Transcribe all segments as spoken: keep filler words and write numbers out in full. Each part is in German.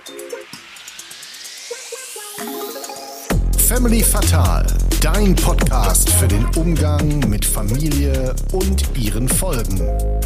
Family Fatal, dein Podcast für den Umgang mit Familie und ihren Folgen.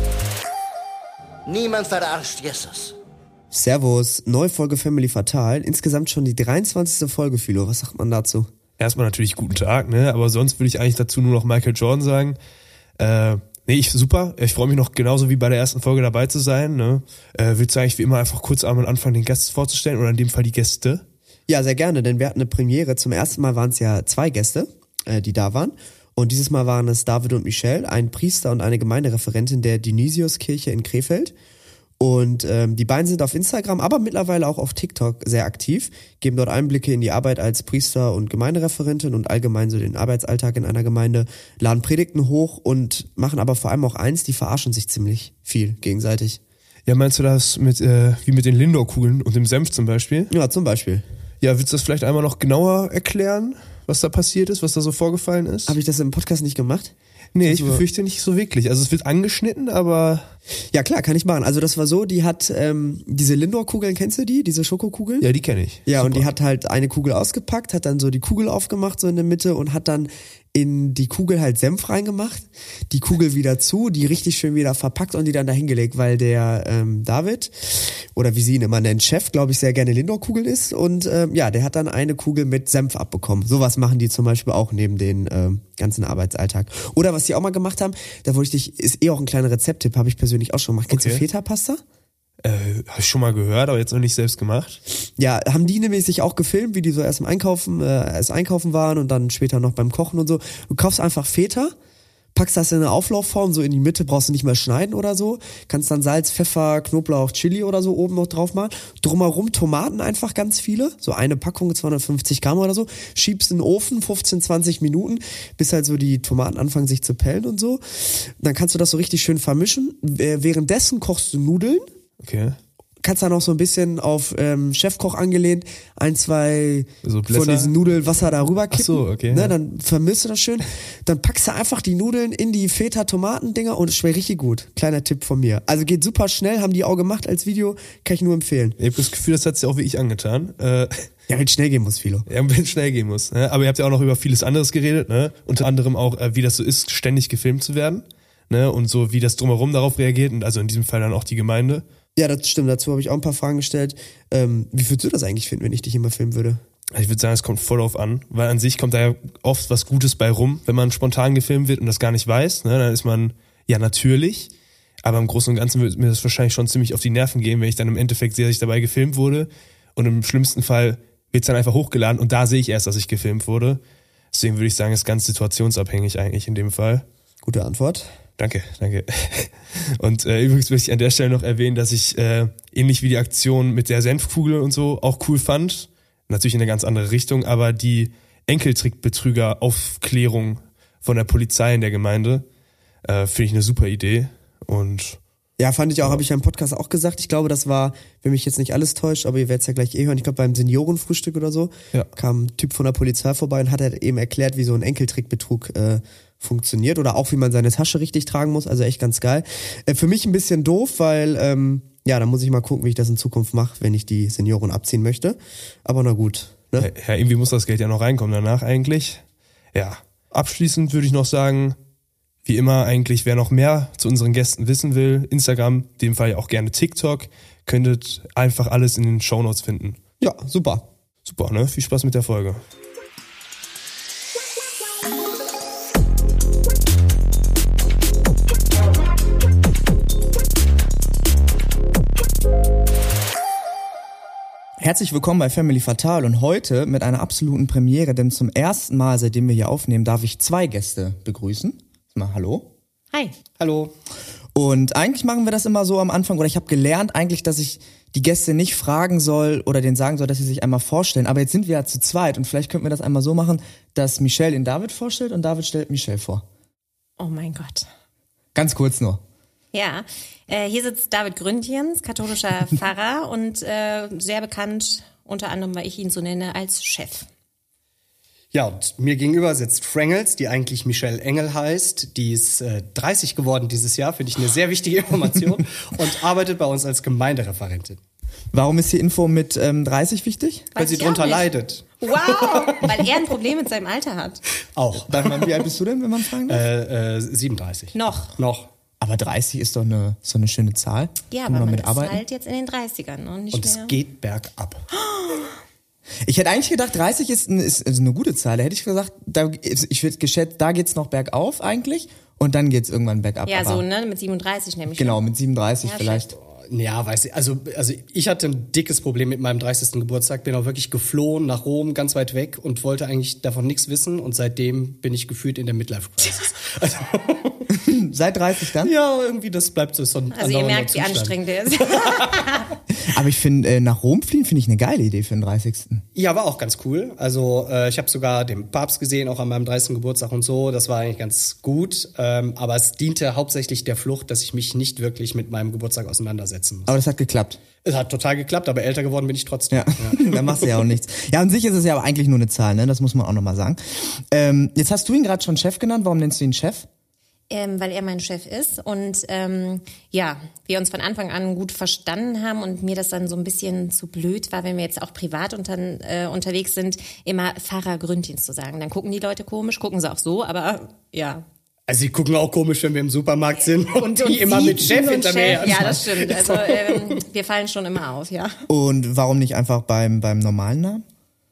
Niemand verarscht Jesus. Servus, neue Folge Family Fatal. Insgesamt schon die dreiundzwanzigste Folge, Philo. Was sagt man dazu? Erstmal natürlich guten Tag, ne? Aber sonst würde ich eigentlich dazu nur noch Michael Jordan sagen. Äh, nee, ich, super. Ich freue mich noch genauso wie bei der ersten Folge dabei zu sein, ne? Äh, willst du eigentlich wie immer einfach kurz am Anfang den Gast vorzustellen oder in dem Fall die Gäste? Ja, sehr gerne, denn wir hatten eine Premiere. Zum ersten Mal waren es ja zwei Gäste, äh, die da waren. Und dieses Mal waren es David und Michelle, ein Priester und eine Gemeindereferentin der Dionysiuskirche in Krefeld. Und ähm, die beiden sind auf Instagram, aber mittlerweile auch auf TikTok sehr aktiv, geben dort Einblicke in die Arbeit als Priester und Gemeindereferentin und allgemein so den Arbeitsalltag in einer Gemeinde, laden Predigten hoch und machen aber vor allem auch eins, die verarschen sich ziemlich viel gegenseitig. Ja, meinst du das mit äh, wie mit den Lindor-Kugeln und dem Senf zum Beispiel? Ja, zum Beispiel. Ja, willst du das vielleicht einmal noch genauer erklären, was da passiert ist, was da so vorgefallen ist? Habe ich das im Podcast nicht gemacht? Nee, ich befürchte nicht so wirklich. Also es wird angeschnitten, aber... Ja klar, kann ich machen. Also das war so, die hat ähm, diese Lindor-Kugeln, kennst du die? Diese Schokokugeln? Ja, die kenne ich. Ja, Super. Und die hat halt eine Kugel ausgepackt, hat dann so die Kugel aufgemacht, so in der Mitte und hat dann in die Kugel halt Senf reingemacht, die Kugel wieder zu, die richtig schön wieder verpackt und die dann da hingelegt, weil der ähm, David, oder wie sie ihn immer nennt, Chef, glaube ich, sehr gerne Lindor-Kugeln isst und ähm, ja, der hat dann eine Kugel mit Senf abbekommen. Sowas machen die zum Beispiel auch neben den ähm, ganzen Arbeitsalltag. Oder was die auch mal gemacht haben, da wollte ich dich, ist eh auch ein kleiner Rezepttipp, habe ich persönlich auch schon gemacht. Kennst Okay. du Feta-Pasta? Äh, hab ich schon mal gehört, aber jetzt noch nicht selbst gemacht. Ja, haben die nämlich sich auch gefilmt, wie die so erst im Einkaufen, äh, erst einkaufen waren und dann später noch beim Kochen und so. Du kaufst einfach Feta, packst das in eine Auflaufform, so in die Mitte, brauchst du nicht mehr schneiden oder so. Kannst dann Salz, Pfeffer, Knoblauch, Chili oder so oben noch drauf machen. Drumherum Tomaten einfach ganz viele, so eine Packung, zweihundertfünfzig Gramm oder so. Schiebst in den Ofen, fünfzehn, zwanzig Minuten, bis halt so die Tomaten anfangen sich zu pellen und so. Dann kannst du das so richtig schön vermischen. Währenddessen kochst du Nudeln. Okay. Kannst dann auch so ein bisschen auf ähm, Chefkoch angelehnt ein, zwei So von diesen Nudelwasser darüber kippen. Ach so, okay, Ne, ja. dann vermisst du das schön. Dann packst du einfach die Nudeln in die Feta-Tomaten-Dinger und es schmeckt richtig gut. Kleiner Tipp von mir. Also geht super schnell, haben die auch gemacht als Video, kann ich nur empfehlen. Ich habe das Gefühl, das hat sich auch wie ich angetan. Äh, Ja, wenn es schnell gehen muss, Philo. ja, wenn es schnell gehen muss. Ne? Aber ihr habt ja auch noch über vieles anderes geredet, ne? Unter anderem auch, äh, wie das so ist, ständig gefilmt zu werden. Ne? Und so, wie das drumherum darauf reagiert. Und also in diesem Fall dann auch die Gemeinde. Ja, das stimmt. Dazu habe ich auch ein paar Fragen gestellt. Ähm, wie würdest du das eigentlich finden, wenn ich dich immer filmen würde? Ich würde sagen, es kommt voll drauf an, weil an sich kommt da ja oft was Gutes bei rum, wenn man spontan gefilmt wird und das gar nicht weiß, ne, dann ist man ja natürlich, aber im Großen und Ganzen würde mir das wahrscheinlich schon ziemlich auf die Nerven gehen, wenn ich dann im Endeffekt sehe, dass ich dabei gefilmt wurde und im schlimmsten Fall wird es dann einfach hochgeladen und da sehe ich erst, dass ich gefilmt wurde. Deswegen würde ich sagen, es ist ganz situationsabhängig eigentlich in dem Fall. Gute Antwort. Danke, danke. Und äh, übrigens möchte ich an der Stelle noch erwähnen, dass ich äh, ähnlich wie die Aktion mit der Senfkugel und so auch cool fand. Natürlich in eine ganz andere Richtung, aber die Enkeltrickbetrüger-Aufklärung von der Polizei in der Gemeinde äh, finde ich eine super Idee. Und Ja, fand ich auch, habe ich ja im Podcast auch gesagt. Ich glaube, das war, wenn mich jetzt nicht alles täuscht, aber ihr werdet es ja gleich eh hören, ich glaube beim Seniorenfrühstück oder so, Ja. kam ein Typ von der Polizei vorbei und hat halt eben erklärt, wie so ein Enkeltrickbetrug äh, funktioniert oder auch, wie man seine Tasche richtig tragen muss, also echt ganz geil. Äh, für mich ein bisschen doof, weil, ähm, ja, da muss ich mal gucken, wie ich das in Zukunft mache, wenn ich die Senioren abziehen möchte. Aber na gut. Ne? ja, irgendwie muss das Geld ja noch reinkommen danach eigentlich. Ja, abschließend würde ich noch sagen, wie immer eigentlich, wer noch mehr zu unseren Gästen wissen will, Instagram, in dem Fall ja auch gerne TikTok, könntet einfach alles in den Shownotes finden. Ja, super. Super, ne? Viel Spaß mit der Folge. Herzlich willkommen bei Family Fatal und heute mit einer absoluten Premiere, denn zum ersten Mal, seitdem wir hier aufnehmen, darf ich zwei Gäste begrüßen. Mal hallo. Hi. Hallo. Und eigentlich machen wir das immer so am Anfang, oder ich habe gelernt eigentlich, dass ich die Gäste nicht fragen soll oder denen sagen soll, dass sie sich einmal vorstellen. Aber jetzt sind wir ja zu zweit und vielleicht könnten wir das einmal so machen, dass Michelle den David vorstellt und David stellt Michelle vor. Oh mein Gott. Ganz kurz nur. Ja, äh, hier sitzt David Gründjens, katholischer Pfarrer und äh, sehr bekannt, unter anderem, weil ich ihn so nenne, als Chef. Ja, und mir gegenüber sitzt Frangels, die eigentlich Michelle Engel heißt. Die ist äh, dreißig geworden dieses Jahr, finde ich eine sehr wichtige Information. Und arbeitet bei uns als Gemeindereferentin. Warum ist die Info mit ähm, dreißig wichtig? Weil Weiß sie ich auch drunter nicht. leidet. Wow, weil er ein Problem mit seinem Alter hat. Auch. Dann, wie alt bist du denn, wenn man fragen darf? Äh, äh, siebenunddreißig. Noch. Noch. Aber dreißig ist doch eine, so eine schöne Zahl. Ja, Kann aber man man mit ist arbeiten? halt jetzt in den dreißigern und nicht Und mehr. es geht bergab. Ich hätte eigentlich gedacht, dreißig ist, ein, ist, ist eine gute Zahl. Da hätte ich gesagt, da, ich hätte geschätzt, da geht's noch bergauf eigentlich und dann geht's irgendwann bergab. Ja, aber so, ne, mit siebenunddreißig nämlich. Genau, mit siebenunddreißig Ja, vielleicht. Ja, weiß ich. Also, also ich hatte ein dickes Problem mit meinem dreißigsten Geburtstag. Bin auch wirklich geflohen nach Rom, ganz weit weg und wollte eigentlich davon nichts wissen. Und seitdem bin ich gefühlt in der Midlife-Crisis. Also, Seit dreißig dann? ja, irgendwie, das bleibt so ein Also ihr andauernder merkt, wie Zustand. anstrengend er ist. Aber ich finde, äh, nach Rom fliegen finde ich eine geile Idee für den dreißigsten Ja, war auch ganz cool. Also äh, ich habe sogar den Papst gesehen, auch an meinem dreißigsten Geburtstag und so. Das war eigentlich ganz gut. Ähm, aber es diente hauptsächlich der Flucht, dass ich mich nicht wirklich mit meinem Geburtstag auseinandersetzen muss. Aber das hat geklappt. Es hat total geklappt, aber älter geworden bin ich trotzdem. Ja, da machst du ja auch nichts. Ja, an sich ist es ja aber eigentlich nur eine Zahl, ne? Das muss man auch nochmal sagen. Ähm, jetzt hast du ihn gerade schon Chef genannt. Warum nennst du ihn Chef? Ähm, weil er mein Chef ist und ähm, ja, wir uns von Anfang an gut verstanden haben und mir das dann so ein bisschen zu blöd war, wenn wir jetzt auch privat unter, äh, unterwegs sind, immer Pfarrer Gründgens zu sagen. Dann gucken die Leute komisch, gucken sie auch so, aber ja. Also sie gucken auch komisch, wenn wir im Supermarkt sind und, Und, die und immer sie mit Chef und hinter mir. Ja, das stimmt. Also ähm, wir fallen schon immer auf, ja. Und warum nicht einfach beim, beim normalen Namen?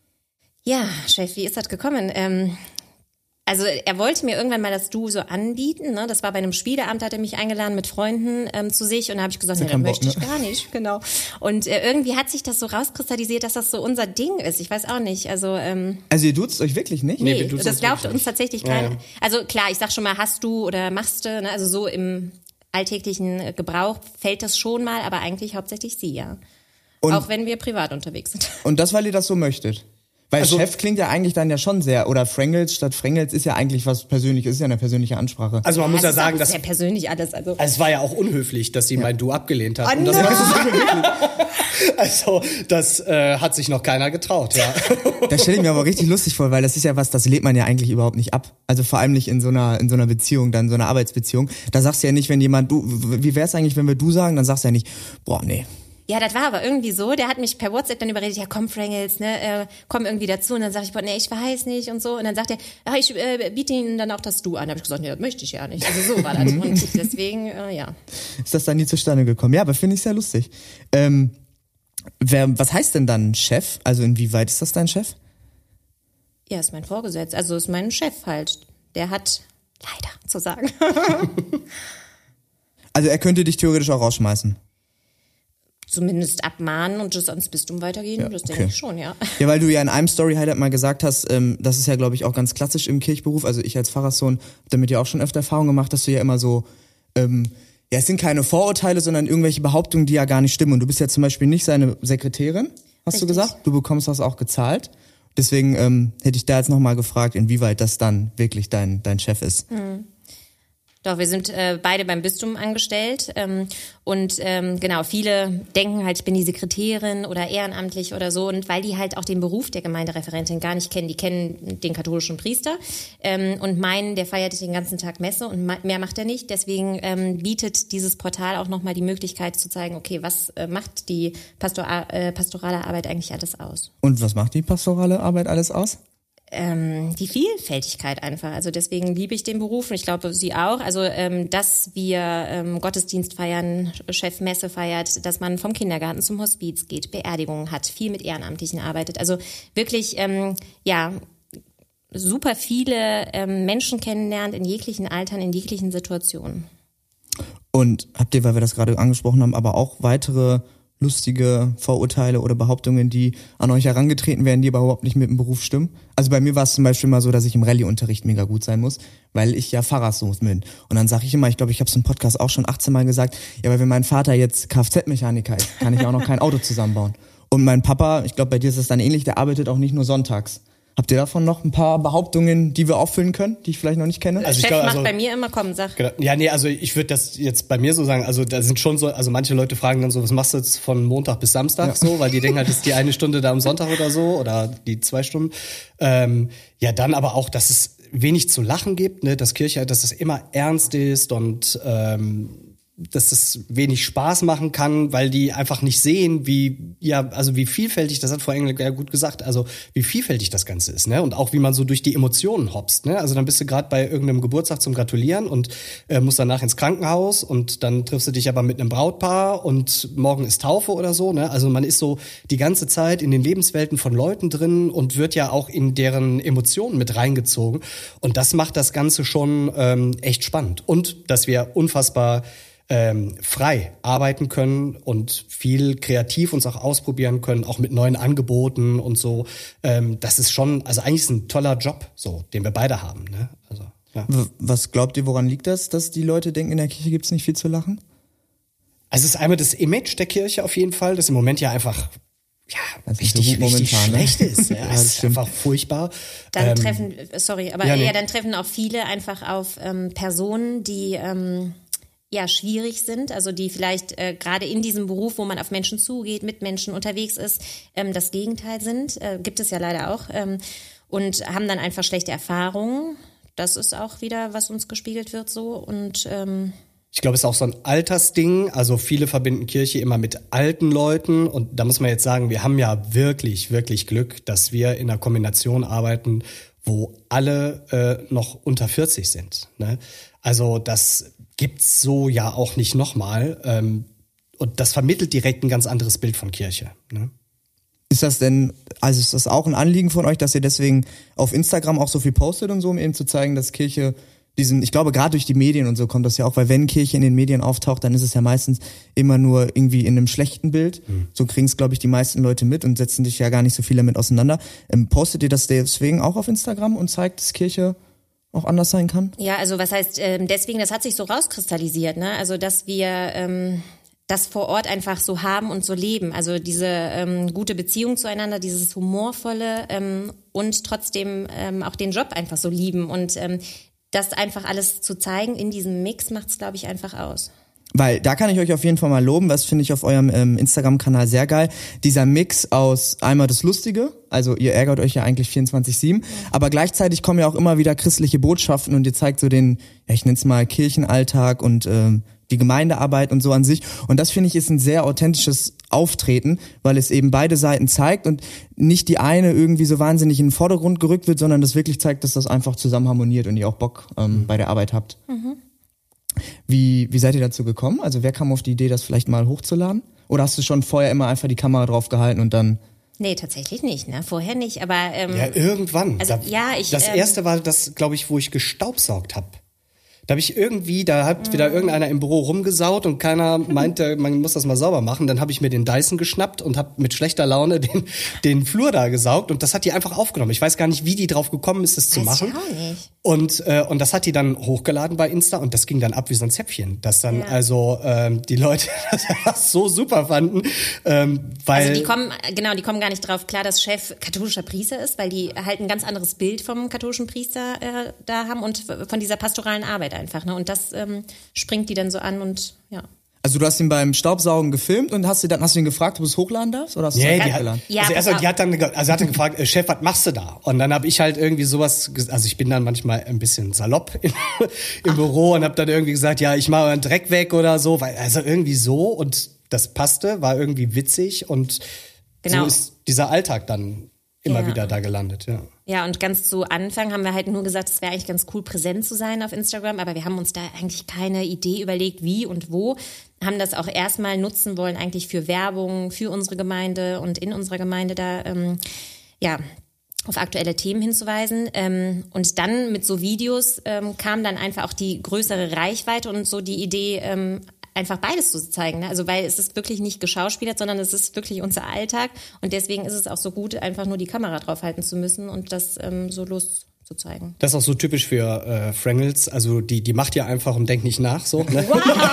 Ja, Chef, wie ist das gekommen? Ähm, also er wollte mir irgendwann mal das Du so anbieten. Ne? Das war bei einem Spieleabend, hat er mich eingeladen mit Freunden ähm, zu sich. Und da habe ich gesagt, Ja, nee, das kein Bock, möchte ich ne? gar nicht. Genau. Und äh, irgendwie hat sich das so rauskristallisiert, dass das so unser Ding ist. Ich weiß auch nicht. Also ähm, Also ihr duzt euch wirklich nicht? Nee, nee, wir duzen das uns glaubt wirklich uns tatsächlich keiner. Ja. Also klar, ich sag schon mal, hast du oder machst du. Ne? Also so im alltäglichen Gebrauch fällt das schon mal, aber eigentlich hauptsächlich sie, ja. Und- auch wenn wir privat unterwegs sind. Und das, weil ihr das so möchtet? Weil Also- Chef klingt ja eigentlich dann ja schon sehr, oder Frengels statt Frengels ist ja eigentlich was Persönliches, ist ja eine persönliche Ansprache. Also man muss ja Das ist sagen, auch dass sehr persönlich alles. Also also es war ja auch unhöflich, dass sie mein Du abgelehnt hat. Oh Und das nein. war also das äh, hat sich noch keiner getraut, ja. Das stelle ich mir aber richtig lustig vor, weil das ist ja was, das lädt man ja eigentlich überhaupt nicht ab. Also vor allem nicht in so einer in so einer Beziehung, dann so einer Arbeitsbeziehung. Da sagst du ja nicht, wenn jemand, du, wie wär's eigentlich, wenn wir du sagen, dann sagst du ja nicht, boah, nee. ja, das war aber irgendwie so. Der hat mich per WhatsApp dann überredet, ja komm Frangels, ne, äh, komm irgendwie dazu. Und dann sag ich, boah, nee, ich weiß nicht und so. Und dann sagt er, ach, ich äh, biete Ihnen dann auch das Du an. Da habe ich gesagt, nee, das möchte ich ja nicht. Also so war das. Und deswegen, äh, ja. Ist das dann nie zustande gekommen? Ja, aber finde ich sehr lustig. Ähm, wer, was heißt denn dann Chef? Also inwieweit ist das dein Chef? Ja, ist mein Vorgesetzter. Also ist mein Chef halt. Der hat leider zu sagen. Also er könnte dich theoretisch auch rausschmeißen. Zumindest abmahnen und das ans Bistum weitergehen, Ja, das okay. denke ich schon, ja. Ja, weil du ja in einem Story-Highlight mal gesagt hast, ähm, das ist ja, glaube ich, auch ganz klassisch im Kirchberuf. Also ich als Pfarrerssohn habe damit ja auch schon öfter Erfahrung gemacht, dass du ja immer so, ähm, ja, es sind keine Vorurteile, sondern irgendwelche Behauptungen, die ja gar nicht stimmen. Und du bist ja zum Beispiel nicht seine Sekretärin, hast Richtig. du gesagt. Du bekommst das auch gezahlt. Deswegen ähm, hätte ich da jetzt nochmal gefragt, inwieweit das dann wirklich dein, dein Chef ist. Hm. Doch, wir sind äh, beide beim Bistum angestellt ähm, und ähm, genau, viele denken halt, ich bin die Sekretärin oder ehrenamtlich oder so und weil die halt auch den Beruf der Gemeindereferentin gar nicht kennen, die kennen den katholischen Priester ähm, und meinen, der feiert den ganzen Tag Messe und ma- mehr macht er nicht, deswegen ähm, bietet dieses Portal auch nochmal die Möglichkeit zu zeigen, okay, was äh, macht die Pastora- äh, pastorale Arbeit eigentlich alles aus? Und was macht die pastorale Arbeit alles aus? Ähm, die Vielfältigkeit einfach. Also deswegen liebe ich den Beruf und ich glaube, Sie auch. Also, ähm, dass wir ähm, Gottesdienst feiern, Chef Messe feiert, dass man vom Kindergarten zum Hospiz geht, Beerdigungen hat, viel mit Ehrenamtlichen arbeitet. Also wirklich, ähm, ja, super viele ähm, Menschen kennenlernt in jeglichen Altern, in jeglichen Situationen. Und habt ihr, weil wir das gerade angesprochen haben, aber auch weitere lustige Vorurteile oder Behauptungen, die an euch herangetreten werden, die aber überhaupt nicht mit dem Beruf stimmen? Also bei mir war es zum Beispiel mal so, dass ich im Rallye-Unterricht mega gut sein muss, weil ich ja Pfarrerssohn bin. Und dann sage ich immer, ich glaube, ich habe es im Podcast auch schon achtzehn Mal gesagt, ja, aber wenn mein Vater jetzt Kfz-Mechaniker ist, kann ich auch noch kein Auto zusammenbauen. Und mein Papa, ich glaube, bei dir ist es dann ähnlich, der arbeitet auch nicht nur sonntags. Habt ihr davon noch ein paar Behauptungen, die wir auffüllen können, die ich vielleicht noch nicht kenne? Also ich Chef glaub, macht also- bei mir immer, komm, sag. Genau. Ja, nee, also ich würde das jetzt bei mir so sagen, also da sind schon so, also manche Leute fragen dann so, was machst du jetzt von Montag bis Samstag so, weil die denken halt, das ist die eine Stunde da am Sonntag oder so oder die zwei Stunden. Ähm, ja, dann aber auch, dass es wenig zu lachen gibt, ne, dass Kirche, dass es immer ernst ist und ähm, dass das wenig Spaß machen kann, weil die einfach nicht sehen, wie, ja, also wie vielfältig, das hat Frau Engel ja gut gesagt, also wie vielfältig das Ganze ist, ne? Und auch wie man so durch die Emotionen hopst, ne? Also dann bist du gerade bei irgendeinem Geburtstag zum Gratulieren und äh, musst danach ins Krankenhaus und dann triffst du dich aber mit einem Brautpaar und morgen ist Taufe oder so, ne? Also man ist so die ganze Zeit in den Lebenswelten von Leuten drin und wird ja auch in deren Emotionen mit reingezogen. Und das macht das Ganze schon ähm, echt spannend. Und dass wir unfassbar Ähm, frei arbeiten können und viel kreativ uns auch ausprobieren können, auch mit neuen Angeboten und so. Ähm, das ist schon, also eigentlich ist ein toller Job, so, den wir beide haben. Ne? Also, ja. Was glaubt ihr, woran liegt das, dass die Leute denken, in der Kirche gibt's nicht viel zu lachen? Also es ist einmal das Image der Kirche auf jeden Fall, das im Moment ja einfach ja, das ist richtig, so gut richtig momentan, schlecht ne? ist. Ja, Ja, es das ist stimmt. einfach furchtbar. Dann Ähm, treffen, sorry, aber ja, ja, nee. dann treffen auch viele einfach auf ähm, Personen, die ähm, ja schwierig sind, also die vielleicht äh, gerade in diesem Beruf, wo man auf Menschen zugeht, mit Menschen unterwegs ist, ähm, das Gegenteil sind. Äh, gibt es ja leider auch. Ähm, und haben dann einfach schlechte Erfahrungen. Das ist auch wieder, was uns gespiegelt wird so. Und ähm, Ich glaube, es ist auch so ein Altersding. Also viele verbinden Kirche immer mit alten Leuten. Und da muss man jetzt sagen, wir haben ja wirklich, wirklich Glück, dass wir in einer Kombination arbeiten, wo alle äh, noch unter vierzig sind. Ne? Also das gibt's so ja auch nicht nochmal. Ähm, und das vermittelt direkt ein ganz anderes Bild von Kirche. Ne? Ist das denn, also ist das auch ein Anliegen von euch, dass ihr deswegen auf Instagram auch so viel postet und so, um eben zu zeigen, dass Kirche diesen, ich glaube, gerade durch die Medien und so kommt das ja auch, weil wenn Kirche in den Medien auftaucht, dann ist es ja meistens immer nur irgendwie in einem schlechten Bild. Mhm. So kriegen es, glaube ich, die meisten Leute mit und setzen sich ja gar nicht so viel damit auseinander. Ähm, postet ihr das deswegen auch auf Instagram und zeigt, dass Kirche auch anders sein kann? ja, also was heißt ähm, deswegen, das hat sich so rauskristallisiert, ne? Also dass wir ähm, das vor Ort einfach so haben und so leben. Also diese ähm, gute Beziehung zueinander, dieses humorvolle ähm, und trotzdem ähm, auch den Job einfach so lieben. Und ähm, das einfach alles zu zeigen in diesem Mix macht es, glaube ich, einfach aus. Weil da kann ich euch auf jeden Fall mal loben, was finde ich auf eurem ähm, Instagram-Kanal sehr geil. Dieser Mix aus einmal das Lustige, also ihr ärgert euch ja eigentlich vierundzwanzig sieben, ja. aber gleichzeitig kommen ja auch immer wieder christliche Botschaften und ihr zeigt so den, ja ich nenne es mal Kirchenalltag und ähm, die Gemeindearbeit und so an sich. Und das finde ich ist ein sehr authentisches Auftreten, weil es eben beide Seiten zeigt und nicht die eine irgendwie so wahnsinnig in den Vordergrund gerückt wird, sondern das wirklich zeigt, dass das einfach zusammen harmoniert und ihr auch Bock ähm, mhm. bei der Arbeit habt. Mhm. Wie, wie seid ihr dazu gekommen? Also wer kam auf die Idee, das vielleicht mal hochzuladen? Oder hast du schon vorher immer einfach die Kamera drauf gehalten und dann... Nee, tatsächlich nicht, ne? Vorher nicht, aber... Ähm, ja, irgendwann. Also, da, ja, ich, das ähm, erste war das, glaube ich, wo ich gestaubsaugt habe. Da habe ich irgendwie, da hat wieder irgendeiner im Büro rumgesaut und keiner meinte, man muss das mal sauber machen. Dann habe ich mir den Dyson geschnappt und habe mit schlechter Laune den, den Flur da gesaugt und das hat die einfach aufgenommen. Ich weiß gar nicht, wie die drauf gekommen ist, das zu machen. Ich auch nicht. Und äh, und das hat die dann hochgeladen bei Insta und das ging dann ab wie so ein Zäpfchen, dass dann Ja. also ähm, die Leute das einfach so super fanden, ähm, weil Also die kommen, genau, die kommen gar nicht drauf klar, dass Chef katholischer Priester ist, weil die halt ein ganz anderes Bild vom katholischen Priester äh, da haben und von dieser pastoralen Arbeit einfach, ne? Und das ähm, springt die dann so an und ja. Also du hast ihn beim Staubsaugen gefilmt und hast, du dann, hast du ihn gefragt, ob du es hochladen darfst? Oder hast du Nee, es die hochgeladen? hat, Ja, also pass erst, auf. die hat dann, ge- also hat dann gefragt, äh, Chef, was machst du da? Und dann habe ich halt irgendwie sowas, ges- also ich bin dann manchmal ein bisschen salopp im, im Büro und habe dann irgendwie gesagt, ja, ich mache euren Dreck weg oder so, weil also irgendwie so und das passte, war irgendwie witzig und Genau. so ist dieser Alltag dann immer Ja. wieder da gelandet, ja. Ja, und ganz zu Anfang haben wir halt nur gesagt, es wäre eigentlich ganz cool, präsent zu sein auf Instagram, aber wir haben uns da eigentlich keine Idee überlegt, wie und wo. Haben das auch erstmal nutzen wollen, eigentlich für Werbung, für unsere Gemeinde und in unserer Gemeinde da, ähm, ja, auf aktuelle Themen hinzuweisen. Ähm, und dann mit so Videos ähm, kam dann einfach auch die größere Reichweite und so die Idee, ähm, einfach beides zu zeigen. Ne? Also weil es ist wirklich nicht geschauspielert, sondern es ist wirklich unser Alltag. Und deswegen ist es auch so gut, einfach nur die Kamera draufhalten zu müssen und das ähm, so loszuzeigen. Das ist auch so typisch für äh, Frangles, also die, die macht ja einfach und denkt nicht nach, so. Ne?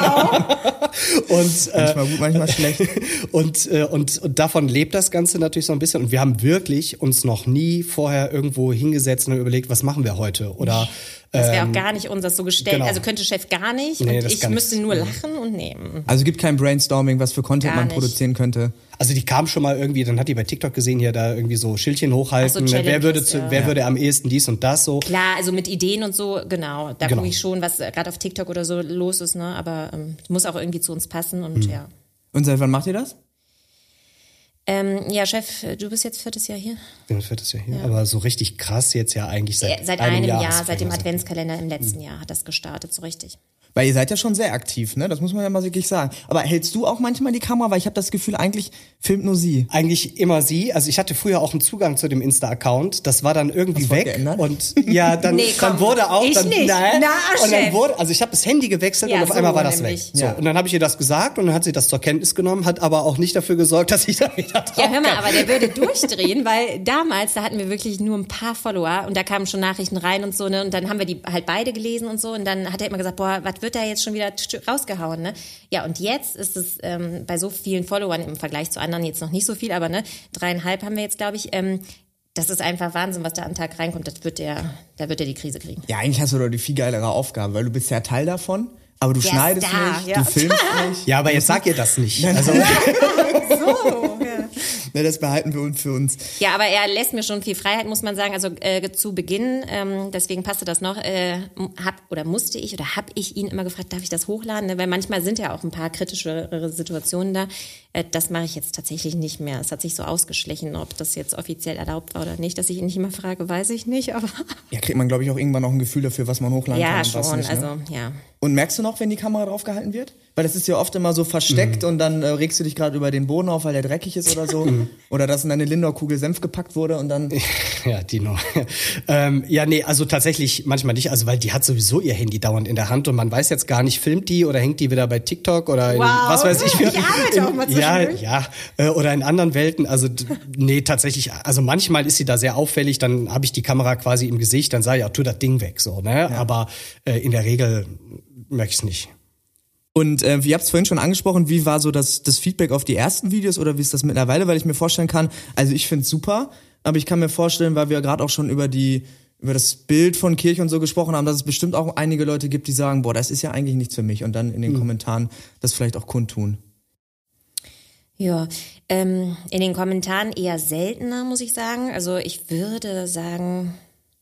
Wow! und, äh, Manchmal gut, manchmal schlecht. und, äh, und, und davon lebt das Ganze natürlich so ein bisschen. Und wir haben wirklich uns noch nie vorher irgendwo hingesetzt und überlegt, was machen wir heute? Oder Das wäre auch gar nicht unseres so gestellt. genau. Also könnte Chef gar nicht Nee, und das ich kann müsste ich. nur lachen und nehmen. Also gibt kein Brainstorming, was für Content Gar man nicht. produzieren könnte. Also die kam schon mal irgendwie, dann hat die bei TikTok gesehen, hier da irgendwie so Schildchen hochhalten, Ach so, wer würde Challenges, zu, ja. wer Ja. würde am ehesten dies und das so. Klar, also mit Ideen und so, genau. Da Genau. gucke ich schon, was gerade auf TikTok oder so los ist, ne? Aber ähm, muss auch irgendwie zu uns passen Mhm. und ja. Und seit wann macht ihr das? Ähm, ja, Chef, du bist jetzt viertes Jahr hier? Ich bin das viertes Jahr hier. Aber so richtig krass jetzt ja eigentlich seit, Äh, Seit einem Jahr, hast du seit dem gesagt. Adventskalender im letzten Jahr hat das gestartet, so richtig. Weil ihr seid ja schon sehr aktiv, ne? Das muss man ja mal wirklich sagen. Aber hältst du auch manchmal die Kamera? Weil ich habe das Gefühl, eigentlich filmt nur sie. Eigentlich immer sie. Also ich hatte früher auch einen Zugang zu dem Insta-Account. Das war dann irgendwie Hast du was weg. geändert? Und ja, dann, Nee, komm, dann wurde auch ich dann, nicht. Nein. Na, und dann Chef. wurde, also ich habe das Handy gewechselt Ja, und auf so einmal war das nämlich. weg. So, Ja. und dann habe ich ihr das gesagt und dann hat sie das zur Kenntnis genommen, hat aber auch nicht dafür gesorgt, dass ich da wieder drauf Ja, hör mal, kam. aber der würde durchdrehen, weil damals, da hatten wir wirklich nur ein paar Follower und da kamen schon Nachrichten rein und so, ne? Und dann haben wir die halt beide gelesen und so und dann hat er immer gesagt, boah, was wird da jetzt schon wieder rausgehauen, ne? Ja, und jetzt ist es ähm, bei so vielen Followern im Vergleich zu anderen jetzt noch nicht so viel, aber ne, dreieinhalb haben wir jetzt, glaube ich, ähm, das ist einfach Wahnsinn, was da am Tag reinkommt, das wird der, da wird er die Krise kriegen. Ja, eigentlich hast du doch die viel geilere Aufgabe, weil du bist ja Teil davon, aber du Der schneidest Star, nicht, ja. du filmst nicht. Ja, aber jetzt sag ihr das nicht. Also, So, ja. Ne, das behalten wir uns für uns. Ja, aber er lässt mir schon viel Freiheit, muss man sagen. Also äh, zu Beginn, ähm, deswegen passte das noch, äh, hab oder musste ich oder habe ich ihn immer gefragt, darf ich das hochladen? Ne? Weil manchmal sind ja auch ein paar kritischere Situationen da. Äh, das mache ich jetzt tatsächlich nicht mehr. Es hat sich so ausgeschlichen, ob das jetzt offiziell erlaubt war oder nicht. Dass ich ihn nicht immer frage, weiß ich nicht. Aber Ja, kriegt man, glaube ich, auch irgendwann noch ein Gefühl dafür, was man hochladen kann ja, und was schon. nicht. Ne? Also ja. Und merkst du noch, wenn die Kamera draufgehalten wird? Weil das ist ja oft immer so versteckt Mhm. und dann äh, regst du dich gerade über den Boden auf, weil der dreckig ist oder so. Oder dass in deine Lindor-Kugel Senf gepackt wurde und dann... ja, Dino. ähm, ja, nee, also tatsächlich manchmal nicht, also weil die hat sowieso ihr Handy dauernd in der Hand und man weiß jetzt gar nicht, filmt die oder hängt die wieder bei TikTok oder in, Wow. was weiß ich. Ich arbeite in, auch mal Ja, zwischendurch. ja, äh, oder in anderen Welten, also d- nee, tatsächlich, also manchmal ist sie da sehr auffällig, dann habe ich die Kamera quasi im Gesicht, dann sage ich, ja, tu das Ding weg, so, ne, aber äh, in der Regel merke ich es nicht. Und äh, ihr habt es vorhin schon angesprochen, wie war so das, das Feedback auf die ersten Videos oder wie ist das mittlerweile? Weil ich mir vorstellen kann, also ich finde es super, aber ich kann mir vorstellen, weil wir gerade auch schon über die über das Bild von Kirche und so gesprochen haben, dass es bestimmt auch einige Leute gibt, die sagen, boah, das ist ja eigentlich nichts für mich und dann in den Mhm. Kommentaren das vielleicht auch kundtun. Ja, ähm, in den Kommentaren eher seltener, muss ich sagen. Also ich würde sagen,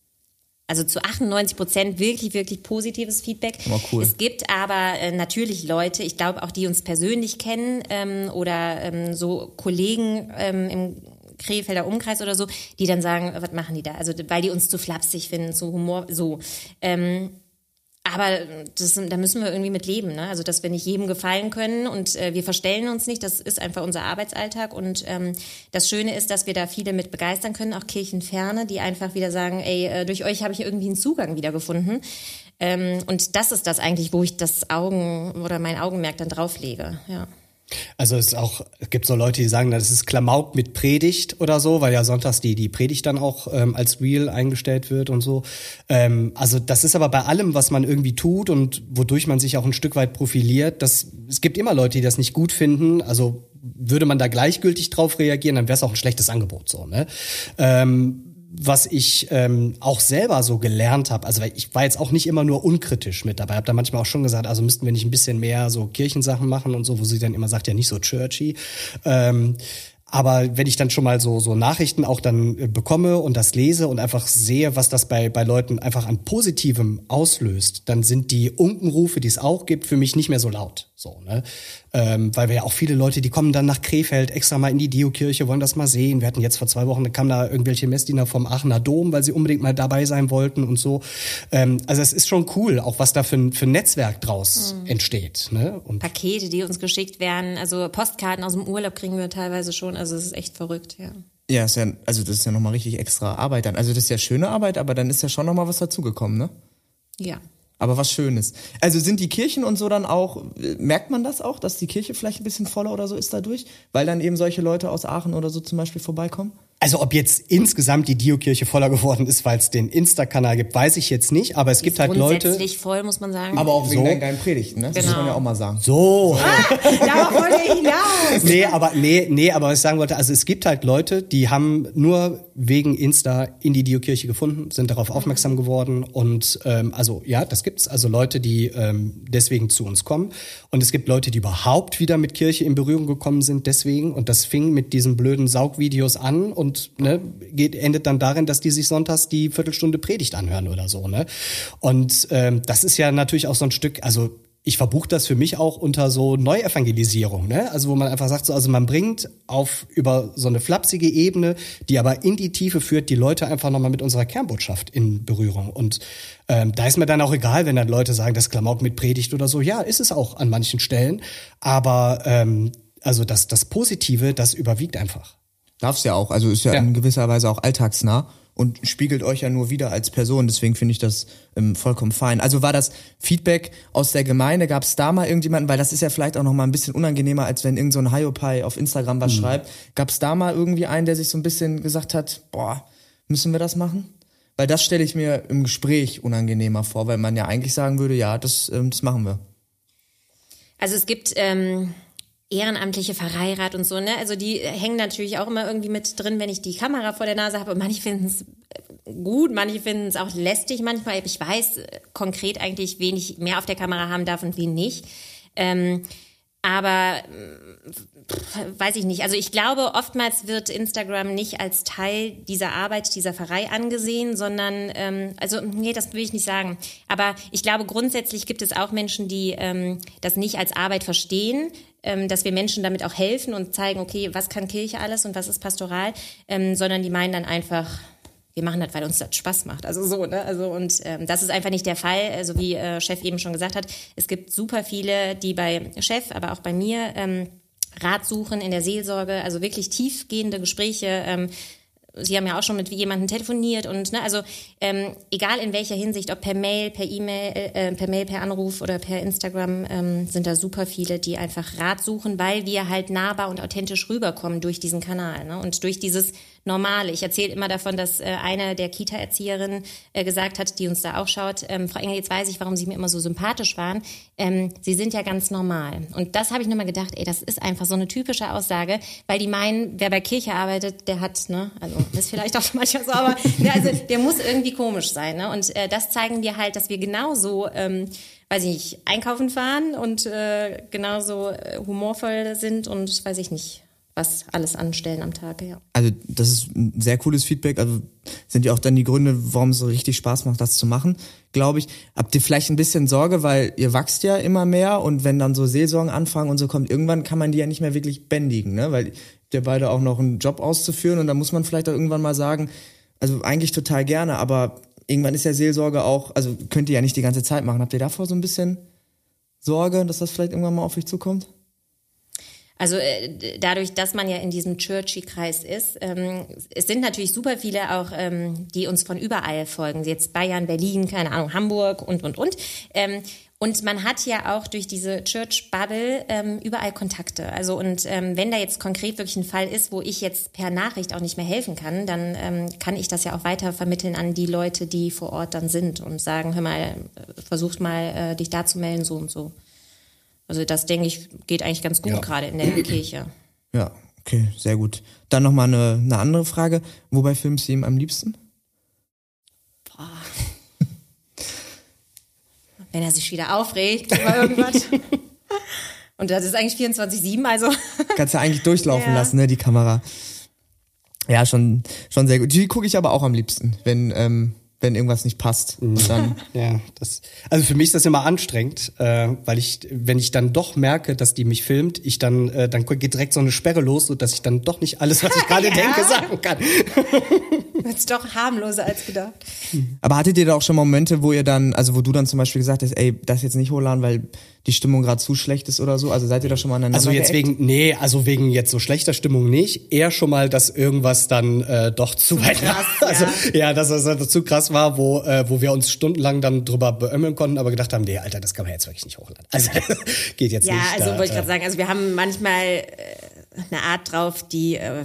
also zu achtundneunzig Prozent wirklich, wirklich positives Feedback. Oh, cool. Es gibt aber äh, natürlich Leute, ich glaube auch, die uns persönlich kennen ähm, oder ähm, so Kollegen ähm, im Krefelder Umkreis oder so, die dann sagen, was machen die da? Also weil die uns zu flapsig finden, zu Humor, so. Ähm, aber das, da müssen wir irgendwie mit leben, ne? Also dass wir nicht jedem gefallen können und äh, wir verstellen uns nicht, das ist einfach unser Arbeitsalltag und ähm, das Schöne ist, dass wir da viele mit begeistern können, auch Kirchenferne, die einfach wieder sagen, ey, äh, durch euch habe ich irgendwie einen Zugang wieder gefunden ähm, und das ist das eigentlich, wo ich das Augen oder mein Augenmerk dann drauflege, ja. Also es ist auch, es gibt so Leute, die sagen, das ist Klamauk mit Predigt oder so, weil ja sonntags die die Predigt dann auch ähm, als Reel eingestellt wird und so. Ähm, also das ist aber bei allem, was man irgendwie tut und wodurch man sich auch ein Stück weit profiliert, das, es gibt immer Leute, die das nicht gut finden. Also würde man da gleichgültig drauf reagieren, dann wäre es auch ein schlechtes Angebot so, ne? Ähm, was ich ähm, auch selber so gelernt habe, also weil ich war jetzt auch nicht immer nur unkritisch mit dabei, habe da manchmal auch schon gesagt, also müssten wir nicht ein bisschen mehr so Kirchensachen machen und so, wo sie dann immer sagt, ja nicht so churchy. Ähm, aber wenn ich dann schon mal so so Nachrichten auch dann äh, bekomme und das lese und einfach sehe, was das bei bei Leuten einfach an Positivem auslöst, dann sind die Unkenrufe, die es auch gibt, für mich nicht mehr so laut. So, ne? Ähm, weil wir ja auch viele Leute, die kommen dann nach Krefeld extra mal in die Dio-Kirche, wollen das mal sehen. Wir hatten jetzt vor zwei Wochen, da kamen da irgendwelche Messdiener vom Aachener Dom, weil sie unbedingt mal dabei sein wollten und so. Ähm, also es ist schon cool, auch was da für ein, für ein Netzwerk draus mhm. entsteht. Ne? Und Pakete, die uns geschickt werden, also Postkarten aus dem Urlaub kriegen wir teilweise schon, also es ist echt verrückt, ja. Ja, ist ja, also das ist ja nochmal richtig extra Arbeit dann. Also das ist ja schöne Arbeit, aber dann ist ja schon nochmal was dazugekommen, ne? Ja. Aber was Schönes. Also sind die Kirchen und so dann auch, merkt man das auch, dass die Kirche vielleicht ein bisschen voller oder so ist dadurch? Weil dann eben solche Leute aus Aachen oder so zum Beispiel vorbeikommen? Also ob jetzt insgesamt die Dio-Kirche voller geworden ist, weil es den Insta-Kanal gibt, weiß ich jetzt nicht. Aber es Die gibt ist halt Leute. grundsätzlich voll, muss man sagen. Aber auch wegen So. deinen geilen Predigten, ne? Das Genau. muss man ja auch mal sagen. So. Darauf wollte ich hinaus. Nee, aber nee, nee, aber was ich sagen wollte, also es gibt halt Leute, die haben nur wegen Insta in die Dio-Kirche gefunden, sind darauf aufmerksam geworden und ähm, also ja, das gibt's. Also Leute, die ähm, deswegen zu uns kommen und es gibt Leute, die überhaupt wieder mit Kirche in Berührung gekommen sind deswegen und das fing mit diesen blöden Saugvideos an und ne, geht endet dann darin, dass die sich sonntags die Viertelstunde Predigt anhören oder so, ne? Und ähm, das ist ja natürlich auch so ein Stück, also ich verbuche das für mich auch unter so Neuevangelisierung, ne? Also wo man einfach sagt, so, also man bringt auf über so eine flapsige Ebene, die aber in die Tiefe führt, die Leute einfach nochmal mit unserer Kernbotschaft in Berührung. Und ähm, da ist mir dann auch egal, wenn dann Leute sagen, das Klamauk mit Predigt oder so. Ja, ist es auch an manchen Stellen. Aber ähm, also das, das Positive, das überwiegt einfach. Darf's ja auch, also ist ja, Ja. in gewisser Weise auch alltagsnah und spiegelt euch ja nur wieder als Person, deswegen finde ich das ähm, vollkommen fein. Also war das Feedback aus der Gemeinde, gab es da mal irgendjemanden, weil das ist ja vielleicht auch noch mal ein bisschen unangenehmer, als wenn irgend so ein Hiopai auf Instagram was schreibt. Gab es da mal irgendwie einen, der sich so ein bisschen gesagt hat, boah, müssen wir das machen? Weil das stelle ich mir im Gespräch unangenehmer vor, weil man ja eigentlich sagen würde, ja, das, ähm, das machen wir. Also es gibt ähm, ehrenamtliche Pfarreirat und so, ne? Also die hängen natürlich auch immer irgendwie mit drin, wenn ich die Kamera vor der Nase habe. Und manche finden es gut, manche finden es auch lästig manchmal. Ich weiß äh, konkret eigentlich, wen ich mehr auf der Kamera haben darf und wen nicht. Ähm, aber pff, weiß ich nicht. Also ich glaube, oftmals wird Instagram nicht als Teil dieser Arbeit, dieser Pfarrei angesehen, sondern, ähm, also nee, das will ich nicht sagen. Aber ich glaube, grundsätzlich gibt es auch Menschen, die ähm, das nicht als Arbeit verstehen, ähm, dass wir Menschen damit auch helfen und zeigen, okay, was kann Kirche alles und was ist Pastoral, ähm, sondern die meinen dann einfach, wir machen das, weil uns das Spaß macht. Also so, ne? Also und ähm, das ist einfach nicht der Fall. Also wie äh, Chef eben schon gesagt hat, es gibt super viele, die bei Chef, aber auch bei mir ähm, Rat suchen in der Seelsorge, also wirklich tiefgehende Gespräche. Ähm, Sie haben ja auch schon mit jemandem telefoniert und ne, also ähm, egal in welcher Hinsicht, ob per Mail, per E-Mail, äh, per Mail, per Anruf oder per Instagram, ähm, sind da super viele, die einfach Rat suchen, weil wir halt nahbar und authentisch rüberkommen durch diesen Kanal, ne? Und durch dieses Normale. Ich erzähle immer davon, dass äh, eine der Kita-Erzieherinnen äh, gesagt hat, die uns da auch schaut, ähm, Frau Engel, jetzt weiß ich, warum Sie mir immer so sympathisch waren. Ähm, Sie sind ja ganz normal. Und das habe ich nochmal gedacht, ey, das ist einfach so eine typische Aussage, weil die meinen, wer bei Kirche arbeitet, der hat, ne, also ist vielleicht auch manchmal so, aber ne, also der muss irgendwie komisch sein, ne? Und äh, das zeigen wir halt, dass wir genauso, ähm, weiß ich nicht, einkaufen fahren und äh, genauso äh, humorvoll sind und weiß ich nicht, was alles anstellen am Tag, ja. Also das ist ein sehr cooles Feedback. Also sind ja auch dann die Gründe, warum es so richtig Spaß macht, das zu machen, glaube ich. Habt ihr vielleicht ein bisschen Sorge, weil ihr wachst ja immer mehr und wenn dann so Saison anfangen und so kommt, irgendwann kann man die ja nicht mehr wirklich bändigen, ne? Weil ihr beide auch noch einen Job auszuführen und da muss man vielleicht auch irgendwann mal sagen, also eigentlich total gerne, aber irgendwann ist ja Seelsorge auch, also könnt ihr ja nicht die ganze Zeit machen. Habt ihr davor so ein bisschen Sorge, dass das vielleicht irgendwann mal auf euch zukommt? Also äh, dadurch, dass man ja in diesem Churchy-Kreis ist, ähm, es sind natürlich super viele auch, ähm, die uns von überall folgen. Jetzt Bayern, Berlin, keine Ahnung, Hamburg und, und, und. Ähm, und man hat ja auch durch diese Church-Bubble ähm, überall Kontakte. Also und ähm, wenn da jetzt konkret wirklich ein Fall ist, wo ich jetzt per Nachricht auch nicht mehr helfen kann, dann ähm, kann ich das ja auch weiter vermitteln an die Leute, die vor Ort dann sind und sagen, hör mal, versucht mal, äh, dich da zu melden, so und so. Also das, denke ich, geht eigentlich ganz gut, Ja. gerade in der Kirche. Ja, okay, sehr gut. Dann nochmal eine, eine andere Frage. Wobei filmst du ihm am liebsten? Boah. Wenn er sich wieder aufregt über irgendwas. Und das ist eigentlich vierundzwanzig sieben, also. Kannst ja eigentlich durchlaufen Ja. lassen, ne, die Kamera. Ja, schon, schon sehr gut. Die gucke ich aber auch am liebsten, wenn, ähm, wenn irgendwas nicht passt. Und dann Ja, das, also für mich ist das immer anstrengend, äh, weil ich, wenn ich dann doch merke, dass die mich filmt, ich dann, äh, dann geht direkt so eine Sperre los, so dass ich dann doch nicht alles, was ich gerade Ja. denke, sagen kann. Das ist doch harmloser als gedacht. Aber hattet ihr da auch schon Momente, wo ihr dann, also wo du dann zum Beispiel gesagt hast, ey, das jetzt nicht hochladen, weil die Stimmung gerade zu schlecht ist oder so? Also seid ihr da schon mal aneinander Also jetzt geeckt? wegen, nee, also wegen jetzt so schlechter Stimmung nicht. Eher schon mal, dass irgendwas dann äh, doch zu weit krass, war. Also ja. ja, dass es also zu krass war, wo äh, wo wir uns stundenlang dann drüber beömmeln konnten, aber gedacht haben, nee, Alter, das kann man jetzt wirklich nicht hochladen. Also das geht jetzt Ja, nicht. also da, wollte ich äh, gerade sagen, also wir haben manchmal äh, eine Art drauf, die, äh,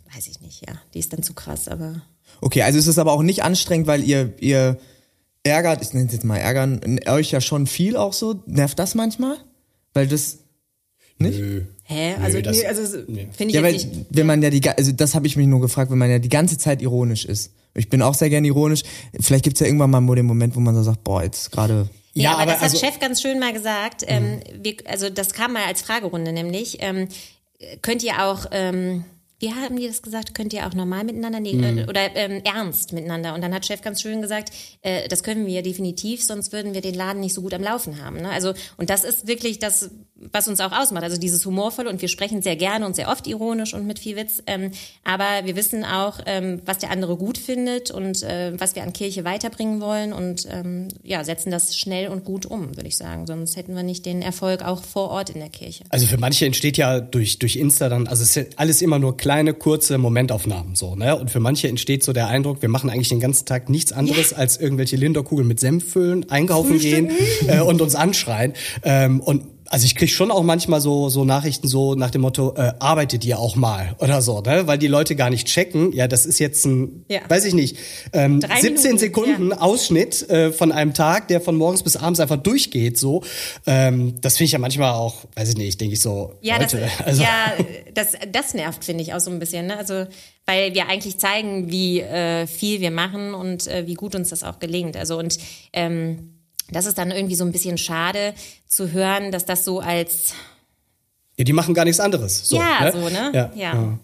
weiß ich nicht, ja, die ist dann zu krass, aber... Okay, also ist es aber auch nicht anstrengend, weil ihr, ihr ärgert, ich nenne es jetzt mal ärgern, euch ja schon viel auch so. Nervt das manchmal? Weil das... Nicht? Nö. Hä? Also, Nö, das- nee, also nee. finde ich Ja, weil jetzt nicht... wenn man ja die, ga- also das habe ich mich nur gefragt, wenn man ja die ganze Zeit ironisch ist. Ich bin auch sehr gern ironisch. Vielleicht gibt's ja irgendwann mal den Moment, wo man so sagt, boah, jetzt gerade... Ja, Ja, aber, aber das also- hat Chef ganz schön mal gesagt. Ähm, wir, also das kam mal als Fragerunde nämlich. Ähm, könnt ihr auch, ähm, wie haben die das gesagt, könnt ihr auch normal miteinander nee, äh, oder ähm, ernst miteinander? Und dann hat Chef ganz schön gesagt, äh, das können wir definitiv, sonst würden wir den Laden nicht so gut am Laufen haben. Ne? Also und das ist wirklich das, was uns auch ausmacht. Also dieses Humorvolle, und wir sprechen sehr gerne und sehr oft ironisch und mit viel Witz. Ähm, aber wir wissen auch, ähm, was der andere gut findet und äh, was wir an Kirche weiterbringen wollen und ähm, ja, setzen das schnell und gut um, würde ich sagen. Sonst hätten wir nicht den Erfolg auch vor Ort in der Kirche. Also für manche entsteht ja durch, durch Insta dann, also es ist alles immer nur kleine, kurze Momentaufnahmen so, ne? Und für manche entsteht so der Eindruck, wir machen eigentlich den ganzen Tag nichts anderes, als irgendwelche Linderkugeln mit Senf füllen, einkaufen gehen äh, und uns anschreien. Ähm, und also ich krieg schon auch manchmal so so Nachrichten so nach dem Motto, äh, arbeitet ihr auch mal oder so, ne? Weil die Leute gar nicht checken, ja, das ist jetzt ein, Ja. weiß ich nicht, ähm, Drei siebzehn Minuten, Sekunden Ausschnitt äh, von einem Tag, der von morgens bis abends einfach durchgeht, so. Ähm, das finde ich ja manchmal auch, weiß ich nicht, denke ich so, Ja, Leute, das, also ja das, das nervt, finde ich, auch so ein bisschen. Ne? Also, weil wir eigentlich zeigen, wie äh, viel wir machen und äh, wie gut uns das auch gelingt. Also und ähm, das ist dann irgendwie so ein bisschen schade zu hören, dass das so als ja, die machen gar nichts anderes. So, ja, ne? so, ne? Ja. Ja.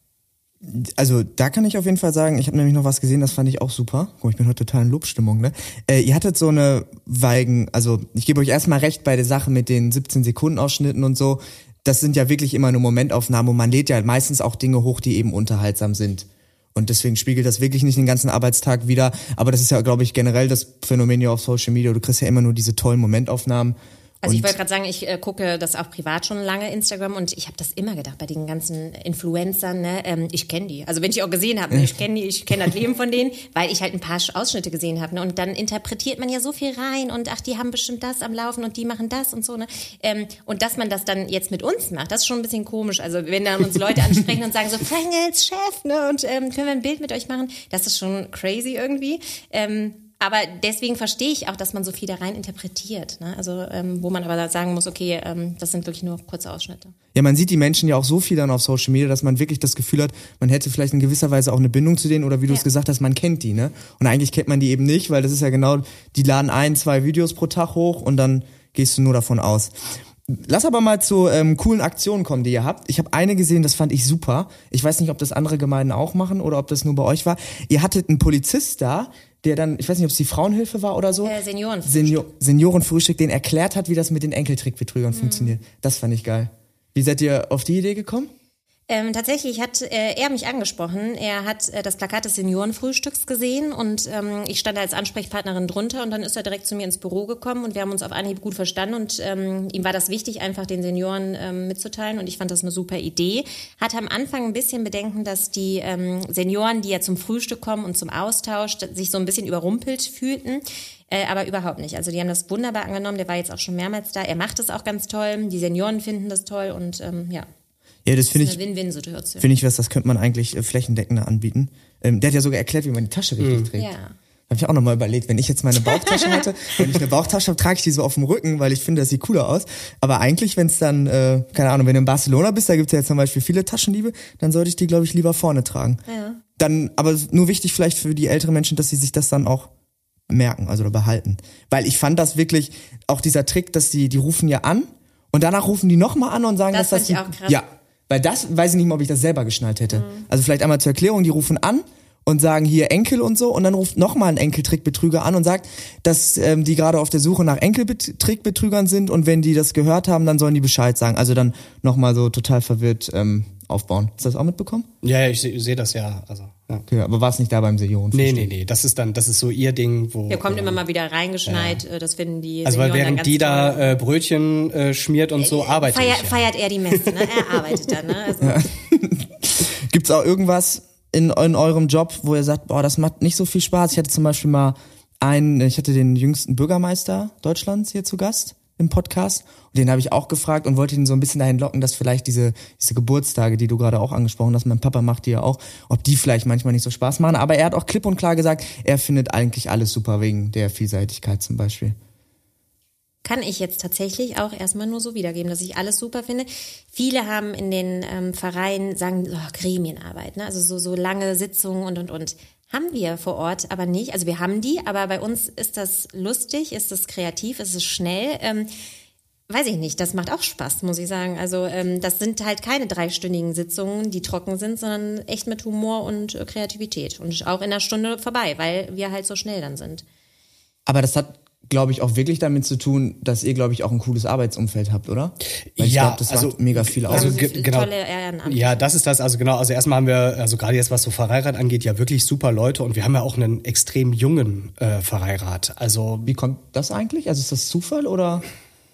Also da kann ich auf jeden Fall sagen, ich habe nämlich noch was gesehen, das fand ich auch super. Guck, ich bin heute total in Lobstimmung, ne? Äh, ihr hattet so eine Weigen, also ich gebe euch erstmal recht bei der Sache mit den siebzehn Sekunden Ausschnitten und so. Das sind ja wirklich immer nur Momentaufnahmen und man lädt ja meistens auch Dinge hoch, die eben unterhaltsam sind. Und deswegen spiegelt das wirklich nicht den ganzen Arbeitstag wider. Aber das ist ja, glaube ich, generell das Phänomen hier auf Social Media. Du kriegst ja immer nur diese tollen Momentaufnahmen. Also ich Und- wollte gerade sagen, ich äh, gucke das auch privat schon lange, Instagram, und ich habe das immer gedacht bei den ganzen Influencern, ne, ähm, ich kenne die. Also wenn ich auch gesehen habe, ne, ich kenne die, ich kenne das Leben von denen, weil ich halt ein paar Ausschnitte gesehen habe. Ne, und dann interpretiert man ja so viel rein und ach, die haben bestimmt das am Laufen und die machen das und so. Ne. Ähm, und dass man das dann jetzt mit uns macht, das ist schon ein bisschen komisch. Also wenn dann uns Leute ansprechen und sagen so, Frangels, Chef, ne, und ähm, können wir ein Bild mit euch machen, das ist schon crazy irgendwie. Ähm, Aber deswegen verstehe ich auch, dass man so viel da rein interpretiert. Ne? Also ähm, wo man aber sagen muss, okay, ähm, das sind wirklich nur kurze Ausschnitte. Ja, man sieht die Menschen ja auch so viel dann auf Social Media, dass man wirklich das Gefühl hat, man hätte vielleicht in gewisser Weise auch eine Bindung zu denen oder wie du Ja. es gesagt hast, man kennt die, ne? Und eigentlich kennt man die eben nicht, weil das ist ja genau, die laden ein, zwei Videos pro Tag hoch und dann gehst du nur davon aus. Lass aber mal zu ähm, coolen Aktionen kommen, die ihr habt. Ich habe eine gesehen, das fand ich super. Ich weiß nicht, ob das andere Gemeinden auch machen oder ob das nur bei euch war. Ihr hattet einen Polizist da, der dann, ich weiß nicht, ob es die Frauenhilfe war oder so. Äh, Seniorenfrühstück. Senior, Seniorenfrühstück, den erklärt hat, wie das mit den Enkeltrickbetrügern mhm. funktioniert. Das fand ich geil. Wie seid ihr auf die Idee gekommen? Ähm, tatsächlich hat äh, er mich angesprochen. Er hat äh, das Plakat des Seniorenfrühstücks gesehen und ähm, ich stand als Ansprechpartnerin drunter und dann ist er direkt zu mir ins Büro gekommen und wir haben uns auf Anhieb gut verstanden und ähm, ihm war das wichtig, einfach den Senioren ähm, mitzuteilen und ich fand das eine super Idee. Hatte am Anfang ein bisschen Bedenken, dass die ähm, Senioren, die ja zum Frühstück kommen und zum Austausch, sich so ein bisschen überrumpelt fühlten. Äh, aber überhaupt nicht. Also die haben das wunderbar angenommen. Der war jetzt auch schon mehrmals da. Er macht es auch ganz toll. Die Senioren finden das toll und ähm, ja. Ja, das finde ich, eine Win-Win-Situation. finde ich was, das könnte man eigentlich äh, flächendeckender anbieten. Ähm, der hat ja sogar erklärt, wie man die Tasche richtig Mhm. trägt. Ja. Habe ich auch nochmal überlegt, wenn ich jetzt meine Bauchtasche hätte, wenn ich eine Bauchtasche habe, trage ich die so auf dem Rücken, weil ich finde, das sieht cooler aus. Aber eigentlich, wenn es dann, äh, keine Ahnung, wenn du in Barcelona bist, da gibt's ja jetzt zum Beispiel viele Taschendiebe, dann sollte ich die, glaube ich, lieber vorne tragen. Ja. Dann, aber nur wichtig vielleicht für die älteren Menschen, dass sie sich das dann auch merken, also oder behalten. Weil ich fand das wirklich, auch dieser Trick, dass die, die rufen ja an und danach rufen die nochmal an und sagen, Das dass das... fand ich auch krass. Ja, weil das, weiß ich nicht mal, ob ich das selber geschnallt hätte. Mhm. Also vielleicht einmal zur Erklärung, die rufen an und sagen hier Enkel und so und dann ruft nochmal ein Enkeltrickbetrüger an und sagt, dass ähm, die gerade auf der Suche nach Enkeltrickbetrügern sind und wenn die das gehört haben, dann sollen die Bescheid sagen. Also dann nochmal so total verwirrt ähm, aufbauen. Hast du das auch mitbekommen? Ja, ja, ich sehe seh das ja. Also, ja. Okay, aber war es nicht da beim Seniorenfrühstück? Nee, nee, nee. Das ist dann, das ist so ihr Ding, wo. Der kommt äh, immer mal wieder reingeschneit, ja. Das finden die Also weil Senioren dann während ganz die toll. da äh, Brötchen äh, schmiert und so, arbeitet Feier, ich. Ja. feiert er die Messe, ne? Er arbeitet da, ne? Also, Ja. Gibt's auch irgendwas in, in eurem Job, wo ihr sagt, boah, das macht nicht so viel Spaß? Ich hatte zum Beispiel mal einen, ich hatte den jüngsten Bürgermeister Deutschlands hier zu Gast im Podcast. Und den habe ich auch gefragt und wollte ihn so ein bisschen dahin locken, dass vielleicht diese diese Geburtstage, die du gerade auch angesprochen hast, mein Papa macht die ja auch, ob die vielleicht manchmal nicht so Spaß machen. Aber er hat auch klipp und klar gesagt, er findet eigentlich alles super wegen der Vielseitigkeit zum Beispiel. Kann ich jetzt tatsächlich auch erstmal nur so wiedergeben, dass ich alles super finde. Viele haben in den ähm, Vereinen, sagen, oh, Gremienarbeit, ne? Also so, so lange Sitzungen und, und, und. Haben wir vor Ort aber nicht. Also wir haben die, aber bei uns ist das lustig, ist das kreativ, ist es schnell. Ähm, weiß ich nicht, das macht auch Spaß, muss ich sagen. Also ähm, das sind halt keine dreistündigen Sitzungen, die trocken sind, sondern echt mit Humor und äh, Kreativität. Und auch in einer Stunde vorbei, weil wir halt so schnell dann sind. Aber das hat, glaube ich, auch wirklich damit zu tun, dass ihr, glaube ich, auch ein cooles Arbeitsumfeld habt, oder? Weil ich ja, glaube, das also, macht mega viel aus. Also, Also ge- genau. tolle Ehrenamt. Ja, das ist das. Also genau, also erstmal haben wir, also gerade jetzt, was so Pfarreirat angeht, ja wirklich super Leute und wir haben ja auch einen extrem jungen äh, Pfarreirat. Also Wie kommt das eigentlich? Also ist das Zufall oder?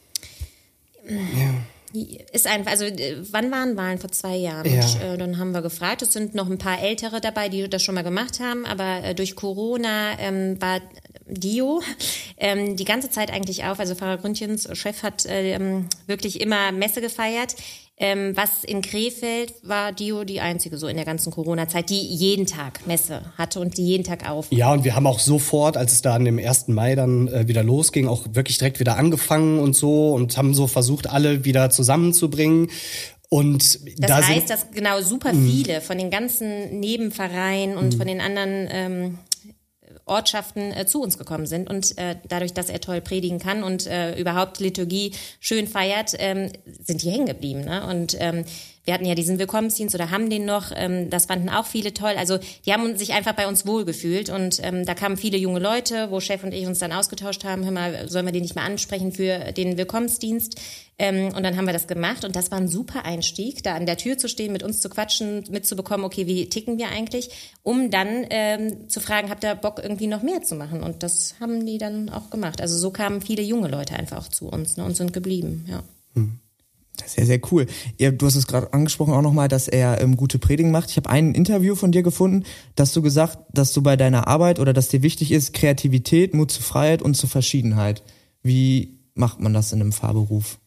ja. Ist einfach, also äh, wann waren Wahlen? Vor zwei Jahren. Ja. Und, äh, dann haben wir gefragt, es sind noch ein paar Ältere dabei, die das schon mal gemacht haben, aber äh, durch Corona ähm, war Dio ähm, die ganze Zeit eigentlich auf. Also Pfarrer Gründchens Chef hat ähm, wirklich immer Messe gefeiert. Ähm, was in Krefeld war Dio die einzige so in der ganzen Corona-Zeit, die jeden Tag Messe hatte und die jeden Tag auf. Ja, und wir haben auch sofort, als es da an dem ersten Mai dann äh, wieder losging, auch wirklich direkt wieder angefangen und so und haben so versucht, alle wieder zusammenzubringen. Und Das da heißt, sind, dass genau super viele von den ganzen Nebenvereinen und von den anderen ähm, Ortschaften äh, zu uns gekommen sind und äh, dadurch, dass er toll predigen kann und äh, überhaupt Liturgie schön feiert, ähm, sind die hängen geblieben. Ne? Und ähm, wir hatten ja diesen Willkommensdienst oder haben den noch, ähm, das fanden auch viele toll. Also die haben sich einfach bei uns wohlgefühlt und ähm, da kamen viele junge Leute, wo Chef und ich uns dann ausgetauscht haben, hör mal, sollen wir den nicht mal ansprechen für den Willkommensdienst? Ähm, und dann haben wir das gemacht und das war ein super Einstieg, da an der Tür zu stehen, mit uns zu quatschen, mitzubekommen, okay, wie ticken wir eigentlich, um dann ähm, zu fragen, habt ihr Bock irgendwie noch mehr zu machen? Und das haben die dann auch gemacht. Also so kamen viele junge Leute einfach auch zu uns, ne, und sind geblieben, ja. Sehr, sehr cool. Ja, du hast es gerade angesprochen auch nochmal, dass er ähm, gute Predigen macht. Ich habe ein Interview von dir gefunden, dass du gesagt, dass du bei deiner Arbeit oder dass dir wichtig ist, Kreativität, Mut zur Freiheit und zur Verschiedenheit. Wie macht man das in einem Pfarrberuf?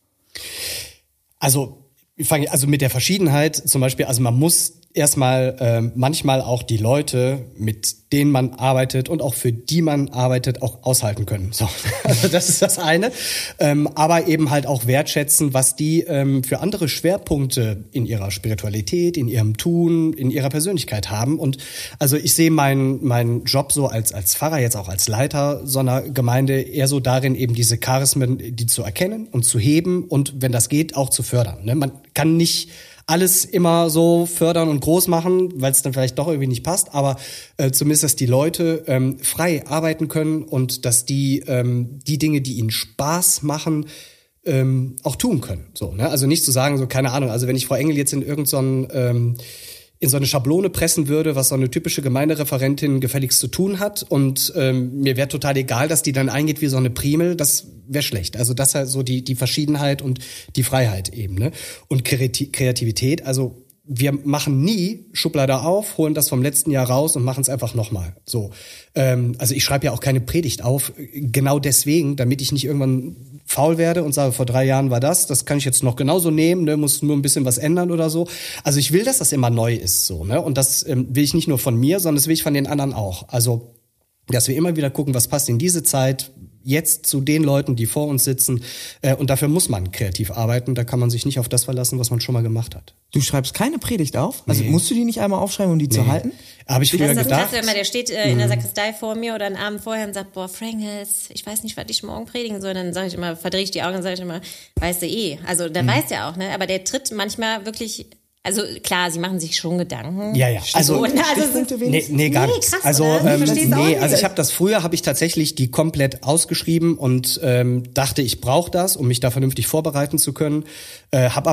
also, ich fange, also mit der Verschiedenheit zum Beispiel, also man muss erstmal ähm, manchmal auch die Leute, mit denen man arbeitet und auch für die man arbeitet, auch aushalten können. So, also das ist das eine. Ähm, aber eben halt auch wertschätzen, was die ähm, für andere Schwerpunkte in ihrer Spiritualität, in ihrem Tun, in ihrer Persönlichkeit haben. Und also ich sehe meinen meinen Job so als als Pfarrer, jetzt auch als Leiter so einer Gemeinde eher so darin, eben diese Charismen, die zu erkennen und zu heben und wenn das geht, auch zu fördern. Ne? Man kann nicht alles immer so fördern und groß machen, weil es dann vielleicht doch irgendwie nicht passt, aber äh, zumindest, dass die Leute ähm, frei arbeiten können und dass die ähm, die Dinge, die ihnen Spaß machen, ähm, auch tun können. So, ne? Also nicht zu sagen, so keine Ahnung, also wenn ich Frau Engel jetzt in irgend so ein, ähm, in so eine Schablone pressen würde, was so eine typische Gemeindereferentin gefälligst zu tun hat und ähm, mir wäre total egal, dass die dann eingeht wie so eine Primel, das wäre schlecht. Also das ist halt so die die Verschiedenheit und die Freiheit eben, ne? Und Kreativität, also wir machen nie Schublade auf, holen das vom letzten Jahr raus und machen es einfach nochmal. So, ähm, also ich schreibe ja auch keine Predigt auf, genau deswegen, damit ich nicht irgendwann faul werde und sage, vor drei Jahren war das, das kann ich jetzt noch genauso nehmen, ne, muss nur ein bisschen was ändern oder so. Also ich will, dass das immer neu ist, so, ne? Und das ähm, will ich nicht nur von mir, sondern das will ich von den anderen auch. Also, dass wir immer wieder gucken, was passt in diese Zeit, jetzt zu den Leuten, die vor uns sitzen. Äh, und dafür muss man kreativ arbeiten. Da kann man sich nicht auf das verlassen, was man schon mal gemacht hat. Du schreibst keine Predigt auf? Also Nee. musst du die nicht einmal aufschreiben, um die zu halten? Habe ich Das früher ist das gedacht. Klasse immer, der steht äh, in der Sakristei vor mir oder einen Abend vorher und sagt, boah, Frankels, ich weiß nicht, was ich morgen predigen soll. Dann sage ich immer, verdrehe ich die Augen und sage ich immer, weißt du eh. Also der weiß ja auch, ne? Aber der tritt manchmal wirklich, also klar, sie machen sich schon Gedanken. Ja, ja. Also, Und, also Stichpunkte so, nee, nee, gar Nee, nichts. krass, also, oder? Ich ähm, versteh's auch nee, nicht. also ich habe das früher, habe ich tatsächlich die komplett ausgeschrieben und ähm, dachte, ich brauche das, um mich da vernünftig vorbereiten zu können. Äh, habe aber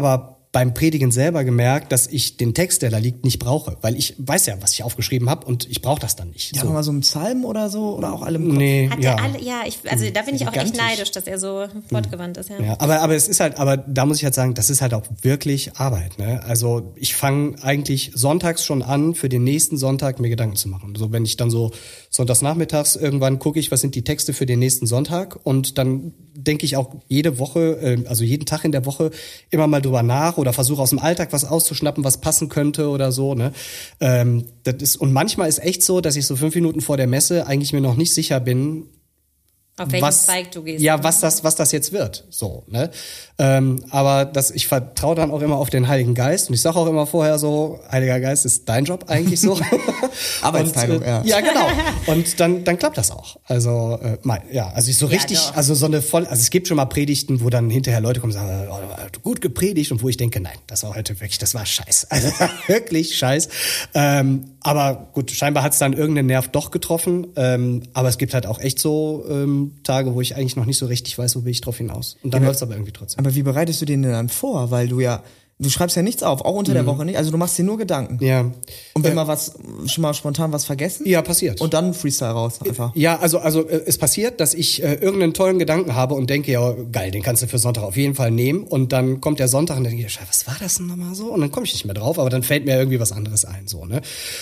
beim Predigen selber gemerkt, dass ich den Text, der da liegt, nicht brauche. Weil ich weiß ja, was ich aufgeschrieben habe und ich brauche das dann nicht. Ja, so. aber mal so ein Psalm oder so oder auch alle im Kopf? Nee, Hat ja. er alle, ja, ich, also da bin ich auch echt Gigantisch. neidisch, dass er so wortgewandt ist, ja. Ja, aber, aber es ist halt, aber da muss ich halt sagen, das ist halt auch wirklich Arbeit, ne? Also ich fange eigentlich sonntags schon an, für den nächsten Sonntag mir Gedanken zu machen. So, wenn ich dann so sonntags nachmittags irgendwann gucke ich, was sind die Texte für den nächsten Sonntag und dann denke ich auch jede Woche, äh, also jeden Tag in der Woche immer mal drüber nach oder versuche aus dem Alltag was auszuschnappen, was passen könnte oder so, ne? Ähm, das ist, und manchmal ist echt so, dass ich so fünf Minuten vor der Messe eigentlich mir noch nicht sicher bin, Auf welchen was, Zweig du gehst. ja, was das, was das jetzt wird, so, ne? Ähm, aber das, ich vertraue dann auch immer auf den Heiligen Geist und ich sage auch immer vorher so, Heiliger Geist, ist dein Job eigentlich so? Arbeitsteilung, und, äh, ja. Ja, genau. Und dann, dann klappt das auch. Also, äh, mal, ja, also ich so Ja, richtig, doch. also so eine voll, also es gibt schon mal Predigten, wo dann hinterher Leute kommen und sagen, oh, gut gepredigt und wo ich denke, nein, das war heute wirklich, das war scheiß. Also das war wirklich scheiß. Ähm, aber gut, scheinbar hat es dann irgendeinen Nerv doch getroffen. Ähm, aber es gibt halt auch echt so ähm, Tage, wo ich eigentlich noch nicht so richtig weiß, wo will ich drauf hinaus. Und dann Ja, läuft's aber irgendwie trotzdem. Aber wie bereitest du den denn dann vor? Weil du ja, du schreibst ja nichts auf, auch unter der Woche nicht. Also du machst dir nur Gedanken. Ja. Und wenn Äh, mal was, schon mal spontan was vergessen? Ja, passiert. Und dann Freestyle raus einfach. Ja, also also äh, es passiert, dass ich äh, irgendeinen tollen Gedanken habe und denke, ja geil, den kannst du für Sonntag auf jeden Fall nehmen. Und dann kommt der Sonntag und dann denke ich, was war das denn nochmal so? Und dann komme ich nicht mehr drauf, aber dann fällt mir irgendwie was anderes ein, so ne.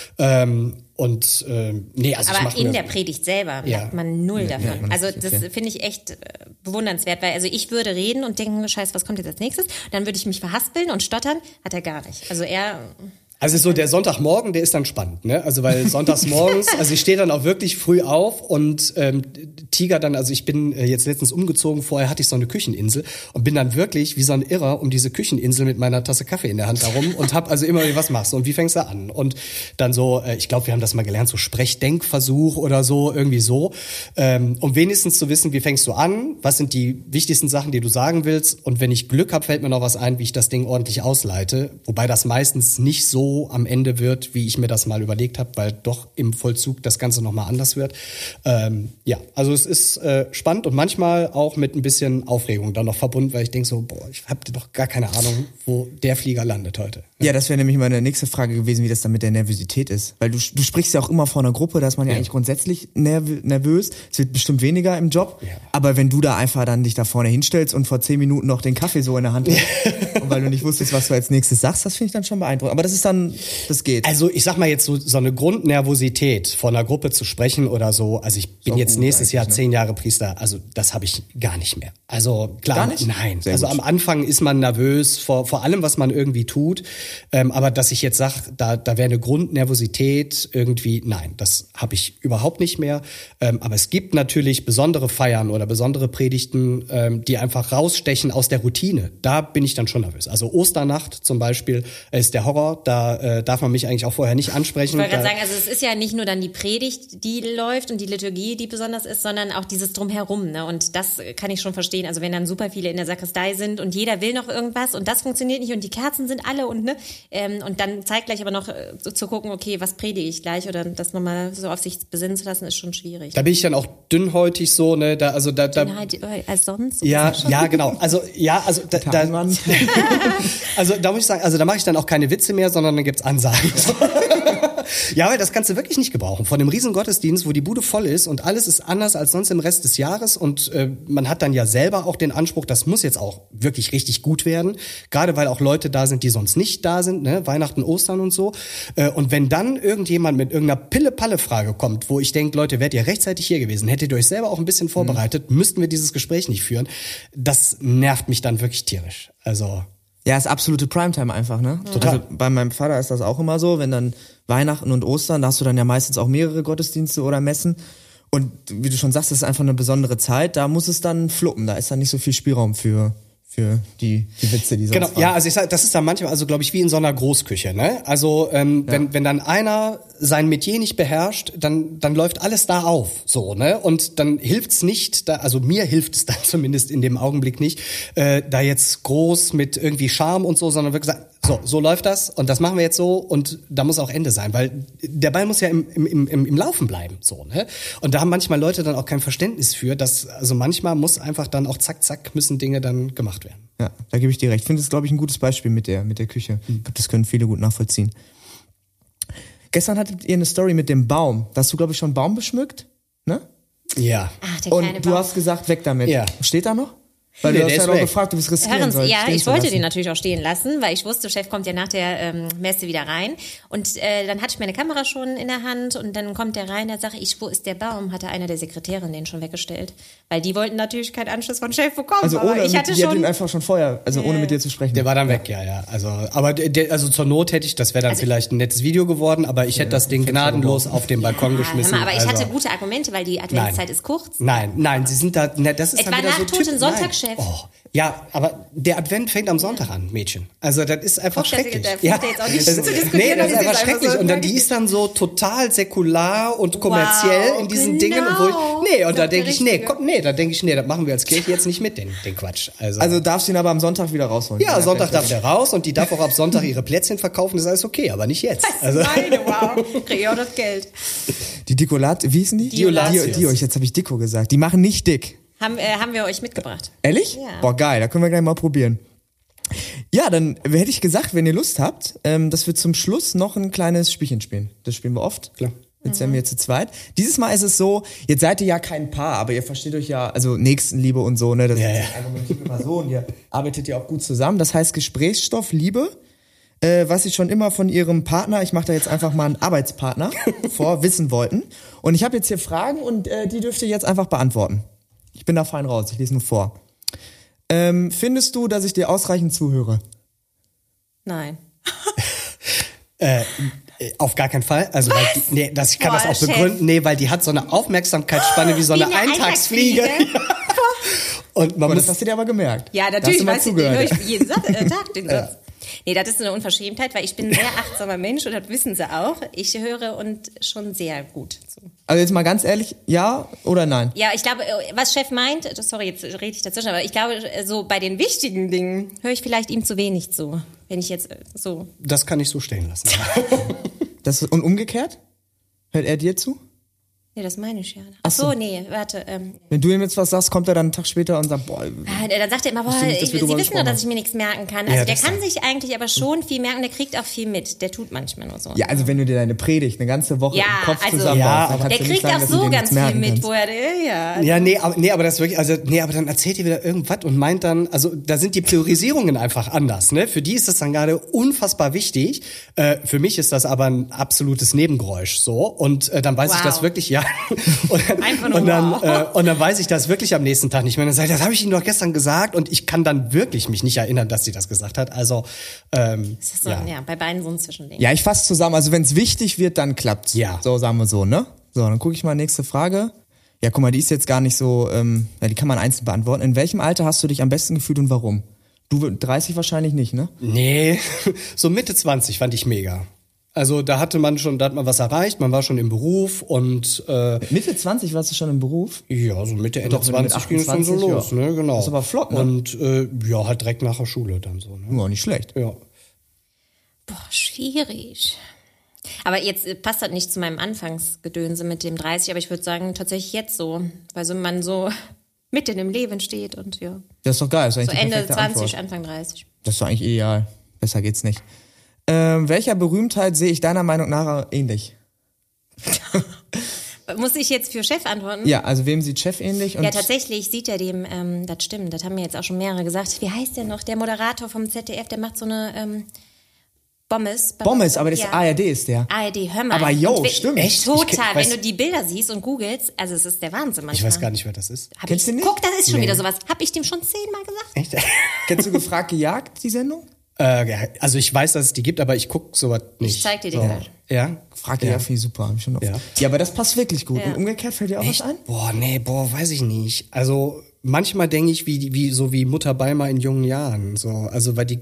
Ähm, und ähm, nee, also ich Aber mache in mir, der Predigt selber merkt Ja. man null davon. merkt man Also nicht, das okay. finde ich echt äh, bewundernswert, weil also ich würde reden und denken, scheiße, was kommt jetzt als nächstes? Dann würde ich mich verhaspeln und stottern, hat er gar nicht. Also er Also so der Sonntagmorgen, der ist dann spannend, ne? Also weil sonntags morgens, also ich stehe dann auch wirklich früh auf und ähm, Tiger dann, also ich bin äh, jetzt letztens umgezogen, vorher hatte ich so eine Kücheninsel und bin dann wirklich wie so ein Irrer um diese Kücheninsel mit meiner Tasse Kaffee in der Hand herum und hab also immer, was machst du und wie fängst du an? Und dann so, äh, ich glaube, wir haben das mal gelernt, so Sprechdenkversuch oder so, irgendwie so, ähm, um wenigstens zu wissen, wie fängst du an, was sind die wichtigsten Sachen, die du sagen willst und wenn ich Glück habe, fällt mir noch was ein, wie ich das Ding ordentlich ausleite, wobei das meistens nicht so am Ende wird, wie ich mir das mal überlegt habe, weil doch im Vollzug das Ganze nochmal anders wird. Ähm, ja, also es ist äh, spannend und manchmal auch mit ein bisschen Aufregung dann noch verbunden, weil ich denke so, boah, ich habe doch gar keine Ahnung, wo der Flieger landet heute. Ja, das wäre nämlich meine nächste Frage gewesen, wie das dann mit der Nervosität ist. Weil du, du sprichst ja auch immer vor einer Gruppe, da ist man ja, Ja. eigentlich grundsätzlich nerv- nervös. Es wird bestimmt weniger im Job. Ja. Aber wenn du da einfach dann dich da vorne hinstellst und vor zehn Minuten noch den Kaffee so in der Hand hast, und weil du nicht wusstest, was du als nächstes sagst, das finde ich dann schon beeindruckend. Aber das ist dann, das geht. Also ich sag mal jetzt so, so eine Grundnervosität vor einer Gruppe zu sprechen oder so, also ich bin auch jetzt gut nächstes Jahr eigentlich, ne? zehn Jahre Priester, also das habe ich gar nicht mehr. Also klar, Gar nicht? nein. Sehr also gut. am Anfang ist man nervös vor, vor allem, was man irgendwie tut, ähm, aber dass ich jetzt sage, da, da wäre eine Grundnervosität irgendwie, nein, das habe ich überhaupt nicht mehr. Ähm, aber es gibt natürlich besondere Feiern oder besondere Predigten, ähm, die einfach rausstechen aus der Routine. Da bin ich dann schon nervös. Also Osternacht zum Beispiel ist der Horror, da äh, darf man mich eigentlich auch vorher nicht ansprechen. Ich wollte gerade Da- sagen, also es ist ja nicht nur dann die Predigt, die läuft und die Liturgie, die besonders ist, sondern auch dieses Drumherum. Ne? Und das kann ich schon verstehen. Also wenn dann super viele in der Sakristei sind und jeder will noch irgendwas und das funktioniert nicht und die Kerzen sind alle und ne ähm, und dann zeitgleich aber noch äh, so zu gucken, okay, was predige ich gleich oder das nochmal so auf sich besinnen zu lassen, ist schon schwierig. Da bin ich dann auch dünnhäutig so, ne, da, also da, da, Dann halt äh, als sonst. ja, ja, genau. Also ja, also da, da Mann. also da muss ich sagen, also da mache ich dann auch keine Witze mehr, sondern dann gibt's Ansagen. Ja, weil das kannst du wirklich nicht gebrauchen. Von einem riesen Gottesdienst, wo die Bude voll ist und alles ist anders als sonst im Rest des Jahres und äh, man hat dann ja selber auch den Anspruch, das muss jetzt auch wirklich richtig gut werden, gerade weil auch Leute da sind, die sonst nicht da sind, ne, Weihnachten, Ostern und so. Äh, und wenn dann irgendjemand mit irgendeiner Pille-Palle-Frage kommt, wo ich denke, Leute, wärt ihr rechtzeitig hier gewesen, hättet ihr euch selber auch ein bisschen vorbereitet, mhm. müssten wir dieses Gespräch nicht führen, das nervt mich dann wirklich tierisch. Also Ja, ist absolute Primetime einfach, ne? Total. Also bei meinem Vater ist das auch immer so, wenn dann Weihnachten und Ostern, da hast du dann ja meistens auch mehrere Gottesdienste oder Messen. Und wie du schon sagst, das ist einfach eine besondere Zeit, da muss es dann fluppen, da ist dann nicht so viel Spielraum für, für die, die Witze, die sonst Genau, waren. ja, also ich sag, das ist dann manchmal, also glaube ich, wie in so einer Großküche, ne? Also ähm, Ja. wenn wenn dann einer sein Metier nicht beherrscht, dann dann läuft alles da auf, so, ne? Und dann hilft's nicht, da, also mir hilft es dann zumindest in dem Augenblick nicht, äh, da jetzt groß mit irgendwie Charme und so, sondern wirklich sagen, So, so läuft das und das machen wir jetzt so und da muss auch Ende sein, weil der Ball muss ja im, im, im, im Laufen bleiben, so, ne? Und da haben manchmal Leute dann auch kein Verständnis für, dass, also manchmal muss einfach dann auch zack, zack, müssen Dinge dann gemacht werden. Ja, da gebe ich dir recht. Ich finde das, glaube ich, ein gutes Beispiel mit der, mit der Küche. Ich glaube, das können viele gut nachvollziehen. Gestern hattet ihr eine Story mit dem Baum. Da hast du, glaube ich, schon einen Baum beschmückt, ne? Ja. Ach, der kleine Und du Baum. hast gesagt, weg damit. Ja. Steht da noch? Weil Nee, du der hast ist ja doch weg. gefragt, du bist riskieren Hören Sie, soll, ja, stehen ich zu wollte lassen. den natürlich auch stehen lassen, weil ich wusste, Chef kommt ja nach der ähm, Messe wieder rein. Und äh, dann hatte ich meine Kamera schon in der Hand und dann kommt der rein, da sage ich, wo ist der Baum? Hatte eine der Sekretärinnen den schon weggestellt. Weil die wollten natürlich keinen Anschluss von Chef bekommen. Also aber ohne, ich mit, hatte die hat schon. ihn einfach schon vorher, also ohne mit dir zu sprechen. Der war dann weg, ja, ja. Also, aber der, also zur Not hätte ich, das wäre dann vielleicht ein nettes Video geworden, aber ich hätte das Ding gnadenlos auf den Balkon Ah, hör geschmissen. mal, aber ich also, hatte gute Argumente, weil die Adventszeit Nein. ist kurz. Nein, nein, sie sind da, ne, das ist Es dann war wieder nach so Toten-Sonntag, Nein. Chef. Oh, ja, aber der Advent fängt am Sonntag an, Mädchen. Also das ist einfach Guck, das- schrecklich. da ja. funkt jetzt auch nicht das, zu diskutieren, nee, das das ist ist einfach einfach schrecklich. so- Und dann die ist dann so total säkular und kommerziell Wow, in diesen genau. Dingen. Und wo ich, nee, und da Sagt der denke ich, nee, Richtige. komm, nee, da denke ich, nee, das machen wir als Kirche jetzt nicht mit, den, den Quatsch. Also, Also darfst du ihn aber am Sonntag wieder rausholen. ja, Sonntag darf der raus und die darf auch ab Sonntag ihre Plätzchen verkaufen, das ist alles okay, aber nicht jetzt. Also, Meine, wow. Krieg ich auch das Geld. Die Dikolat, wie hießen die? Diolatius. Dio, Dio, jetzt habe ich Diko gesagt. Die machen nicht dick. Haben, äh, haben wir euch mitgebracht. Ehrlich? Ja. Boah, geil, da können wir gleich mal probieren. Ja, dann hätte ich gesagt, wenn ihr Lust habt, ähm, dass wir zum Schluss noch ein kleines Spielchen spielen. Das spielen wir oft. Klar. Jetzt sind wir zu zweit. Dieses Mal ist es so, jetzt seid ihr ja kein Paar, aber ihr versteht euch ja, also Nächstenliebe und so, ne? Das Ja, ist ja. argumentiert immer so und ihr arbeitet ja auch gut zusammen. Das heißt Gesprächsstoff, Liebe, äh, was ich schon immer von ihrem Partner, ich mache da jetzt einfach mal einen Arbeitspartner vor, wissen wollten. Und ich habe jetzt hier Fragen und äh, die dürft ihr jetzt einfach beantworten. Ich bin da fein raus, ich lese nur vor. Ähm, findest du, dass ich dir ausreichend zuhöre? Nein. Äh, auf gar keinen Fall. Also, weil die, nee, das, ich kann Boah, das auch Chef. begründen. Nee, weil die hat so eine Aufmerksamkeitsspanne wie so eine, Wie eine Eintagsfliege. Eintagsfliege. Und man Aber das muss, hast du dir aber gemerkt. Ja, Da natürlich, hast du mal weißt du, den höre zugehört. ich jeden Sa äh, Tag, den Satz. Nee, das ist eine Unverschämtheit, weil ich bin ein sehr achtsamer Mensch und das wissen sie auch. Ich höre und schon sehr gut zu. Also jetzt mal ganz ehrlich, ja oder nein? Ja, ich glaube, was Chef meint, sorry, jetzt rede ich dazwischen, aber ich glaube, so bei den wichtigen Dingen höre ich vielleicht ihm zu wenig zu. Wenn ich jetzt äh, so. das kann ich so stehen lassen. Das, und umgekehrt? Hört er dir zu? Nee, das meine ich ja. Ach Ach so. so, nee, warte. Ähm, Wenn du ihm jetzt was sagst, kommt er dann einen Tag später und sagt, boah, ah, dann sagt er immer, boah, Wusste nicht, dass ich, wir Sie drüber wissen doch, gesprochen dass ich mir nichts merken kann. Also Ja, der das kann dann. sich eigentlich aber schon viel merken, der kriegt auch viel mit. Der tut manchmal nur so. ja, also wenn du dir deine Predigt eine ganze Woche Ja, im Kopf also, zusammenbaust, Ja, dann aber- kannst Der du nicht kriegt sagen, auch dass du so dir ganz nichts viel merken mit, kannst. wo er, ja. Ja, nee, aber, nee, aber das wirklich, also, nee, aber dann erzählt ihr wieder irgendwas und meint dann, also, da sind die Priorisierungen einfach anders, ne? Für die ist das dann gerade unfassbar wichtig. Äh, für mich ist das aber ein absolutes Nebengeräusch, so. Und, äh, dann weiß ich Wow. das wirklich, ja. Und dann, Einfach nur und dann, wow. äh, und dann weiß ich das wirklich am nächsten Tag nicht mehr. Und dann sage ich, das habe ich Ihnen doch gestern gesagt und ich kann dann wirklich mich nicht erinnern, dass sie das gesagt hat. Also, ähm, Das ist so, ja. ja. bei beiden so ein Zwischending. Ja, ich fasse zusammen. Also wenn es wichtig wird, dann klappt's. Ja. So sagen wir so, ne? So, dann gucke ich mal nächste Frage. Ja, guck mal, die ist jetzt gar nicht so, ähm, ja, die kann man einzeln beantworten. In welchem Alter hast du dich am besten gefühlt und warum? Du dreißig wahrscheinlich nicht, ne? Nee, so Mitte zwanzig fand ich mega. Also da hatte man schon, da hat man was erreicht, man war schon im Beruf und äh, Mitte zwanzig warst du schon im Beruf? ja, so Mitte, Ende Doch, wenn du mit zwanzig ging es schon so achtundzwanzig, los, ja. ne, genau. Das ist aber flott, ne? Und äh, ja, halt direkt nach der Schule dann so, ne? Ja, nicht schlecht. Ja. Boah, schwierig. Aber jetzt äh, passt das nicht zu meinem Anfangsgedönse mit dem dreißig, aber ich würde sagen, tatsächlich jetzt so, weil so man so mitten im Leben steht und ja. Das ist doch geil. Das ist So eigentlich die Ende perfekte zwanzig, Antwort. Anfang dreißig. Das ist doch eigentlich ideal. Besser geht's nicht. Ähm, welcher Berühmtheit sehe ich deiner Meinung nach ähnlich? Muss ich jetzt für Chef antworten? Ja, also wem sieht Chef ähnlich? Und Ja, tatsächlich sieht er dem, ähm, das stimmt, das haben mir jetzt auch schon mehrere gesagt. Wie heißt der noch? Der Moderator vom Z D F, der macht so eine ähm, Bommes. Bommes, aber das ja. A R D ist der. A R D, hör mal. Aber yo, Und we- stimmt. Echt? Ich Total, kenn- wenn weiß- du die Bilder siehst und googelst, also es ist der Wahnsinn manchmal. Ich weiß gar nicht, wer das ist. Hab Kennst ich, du nicht? Guck, das ist schon Nee. wieder sowas. Hab ich dem schon zehnmal gesagt? Echt? Kennst du Gefragt gejagt, die Sendung? äh, ja, also ich weiß, dass es die gibt, aber ich guck sowas nicht. Ich zeig dir die so. gleich. Ja? Gefragt gejagt, finde ich super. Hab ich schon oft. Ja. ja, aber das passt wirklich gut. Ja. Und umgekehrt fällt dir auch Echt? was ein? Boah, nee, boah, weiß ich nicht. Also manchmal denke ich, wie, wie so wie Mutter Beimer in jungen Jahren. So, also weil die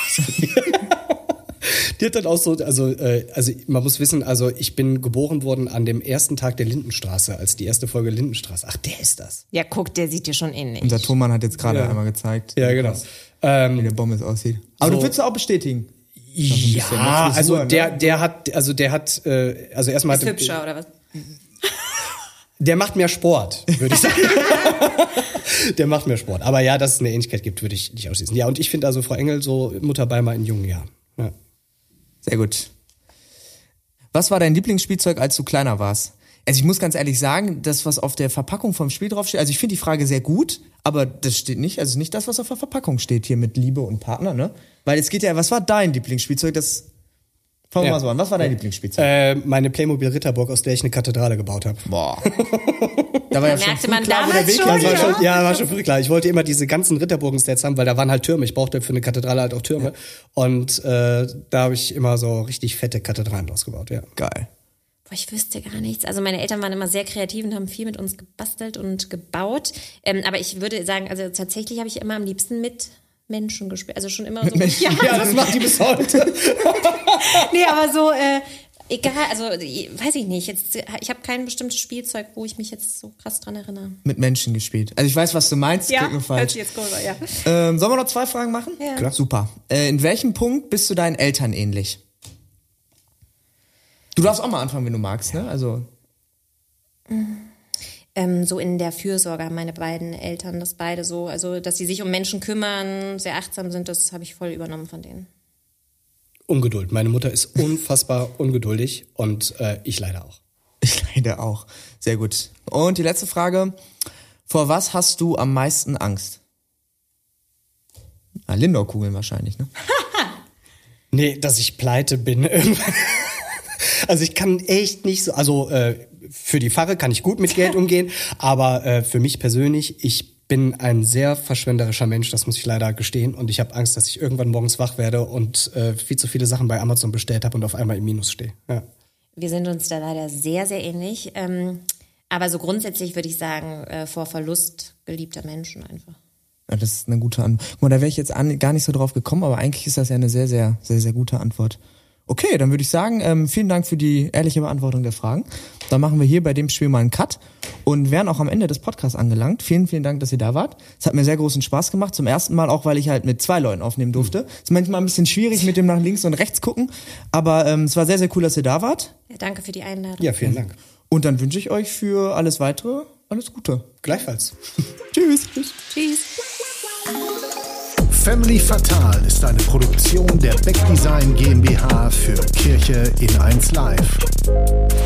Die hat dann auch so, also, äh, also man muss wissen, also ich bin geboren worden an dem ersten Tag der Lindenstraße, als die erste Folge Lindenstraße. Ach, der ist das. Ja, guck, der sieht dir schon ähnlich. Unser Tonmann hat jetzt gerade Ja. einmal gezeigt, Ja, genau. wie Ähm, der Bommes aussieht. Aber So. du würdest auch bestätigen. Ja, also Frisur, der, ne? der hat, also der hat, äh, also erstmal Ist hübscher oder was? Der macht mehr Sport, würde ich sagen. Der macht mehr Sport. Aber ja, dass es eine Ähnlichkeit gibt, würde ich nicht ausschließen. Ja, und ich finde also Frau Engel so Mutter Beimer in jungen Jahren. Ja. Sehr gut. Was war dein Lieblingsspielzeug, als du kleiner warst? Also ich muss ganz ehrlich sagen, das, was auf der Verpackung vom Spiel draufsteht, also ich finde die Frage sehr gut, aber das steht nicht, also nicht das, was auf der Verpackung steht hier mit Liebe und Partner, ne? Weil es geht ja, was war dein Lieblingsspielzeug? Das fangen wir Ja. mal so an. Was war dein Lieblingsspielzeug? Äh, meine Playmobil Ritterburg, aus der ich eine Kathedrale gebaut habe. Boah. Da war ja schon Merkte früh man klar, wo der damals Weg schon, lang War war. schon, ja, war schon früh klar. Ich wollte immer diese ganzen Ritterburgen-Stats haben, weil da waren halt Türme. Ich brauchte für eine Kathedrale halt auch Türme. Und äh, da habe ich immer so richtig fette Kathedralen draus gebaut, ja. Geil. Boah, ich wüsste gar nichts. Also meine Eltern waren immer sehr kreativ und haben viel mit uns gebastelt und gebaut. Ähm, aber ich würde sagen, also tatsächlich habe ich immer am liebsten mit Menschen gespielt. Also schon immer so. Menschen? Ja, das macht die bis heute. Nee, aber so, äh, egal, also weiß ich nicht. Jetzt, ich habe kein bestimmtes Spielzeug, wo ich mich jetzt so krass dran erinnere. Mit Menschen gespielt. Also ich weiß, was du meinst, klingt nur falsch. jetzt komisch, ja. Ähm, sollen wir noch zwei Fragen machen? Ja. Klar. Super. Äh, in welchem Punkt bist du deinen Eltern ähnlich? Du darfst auch mal anfangen, wenn du magst, ne? Also Ähm, so in der Fürsorge haben meine beiden Eltern das beide so, also dass sie sich um Menschen kümmern, sehr achtsam sind, das habe ich voll übernommen von denen. Ungeduld. Meine Mutter ist unfassbar ungeduldig und äh, ich leider auch. ich leider auch. Sehr gut. Und die letzte Frage. Vor was hast du am meisten Angst? Ah, Lindor-Kugeln wahrscheinlich, ne? Nee, dass ich pleite bin irgendwann. Also ich kann echt nicht so, also äh, für die Pfarre kann ich gut mit Geld umgehen, aber äh, für mich persönlich, ich bin ein sehr verschwenderischer Mensch, das muss ich leider gestehen. Und ich habe Angst, dass ich irgendwann morgens wach werde und äh, viel zu viele Sachen bei Amazon bestellt habe und auf einmal im Minus stehe. Ja. Wir sind uns da leider sehr, sehr ähnlich. Ähm, aber so grundsätzlich würde ich sagen, äh, vor Verlust geliebter Menschen einfach. Ja, das ist eine gute Antwort. Guck mal, da wäre ich jetzt an, gar nicht so drauf gekommen, aber eigentlich ist das ja eine sehr, sehr, sehr, sehr gute Antwort. Okay, dann würde ich sagen, ähm, vielen Dank für die ehrliche Beantwortung der Fragen. Dann machen wir hier bei dem Spiel mal einen Cut und wären auch am Ende des Podcasts angelangt. Vielen, vielen Dank, dass ihr da wart. Es hat mir sehr großen Spaß gemacht. Zum ersten Mal auch, weil ich halt mit zwei Leuten aufnehmen durfte. Ist manchmal ein bisschen schwierig mit dem nach links und rechts gucken, aber ähm, es war sehr, sehr cool, dass ihr da wart. Ja, danke für die Einladung. Ja, vielen Dank. Und dann wünsche ich euch für alles Weitere alles Gute. Gleichfalls. Tschüss. Tschüss. Tschüss. Family Fatal ist eine Produktion der Beck Design GmbH für Kirche in eins Live.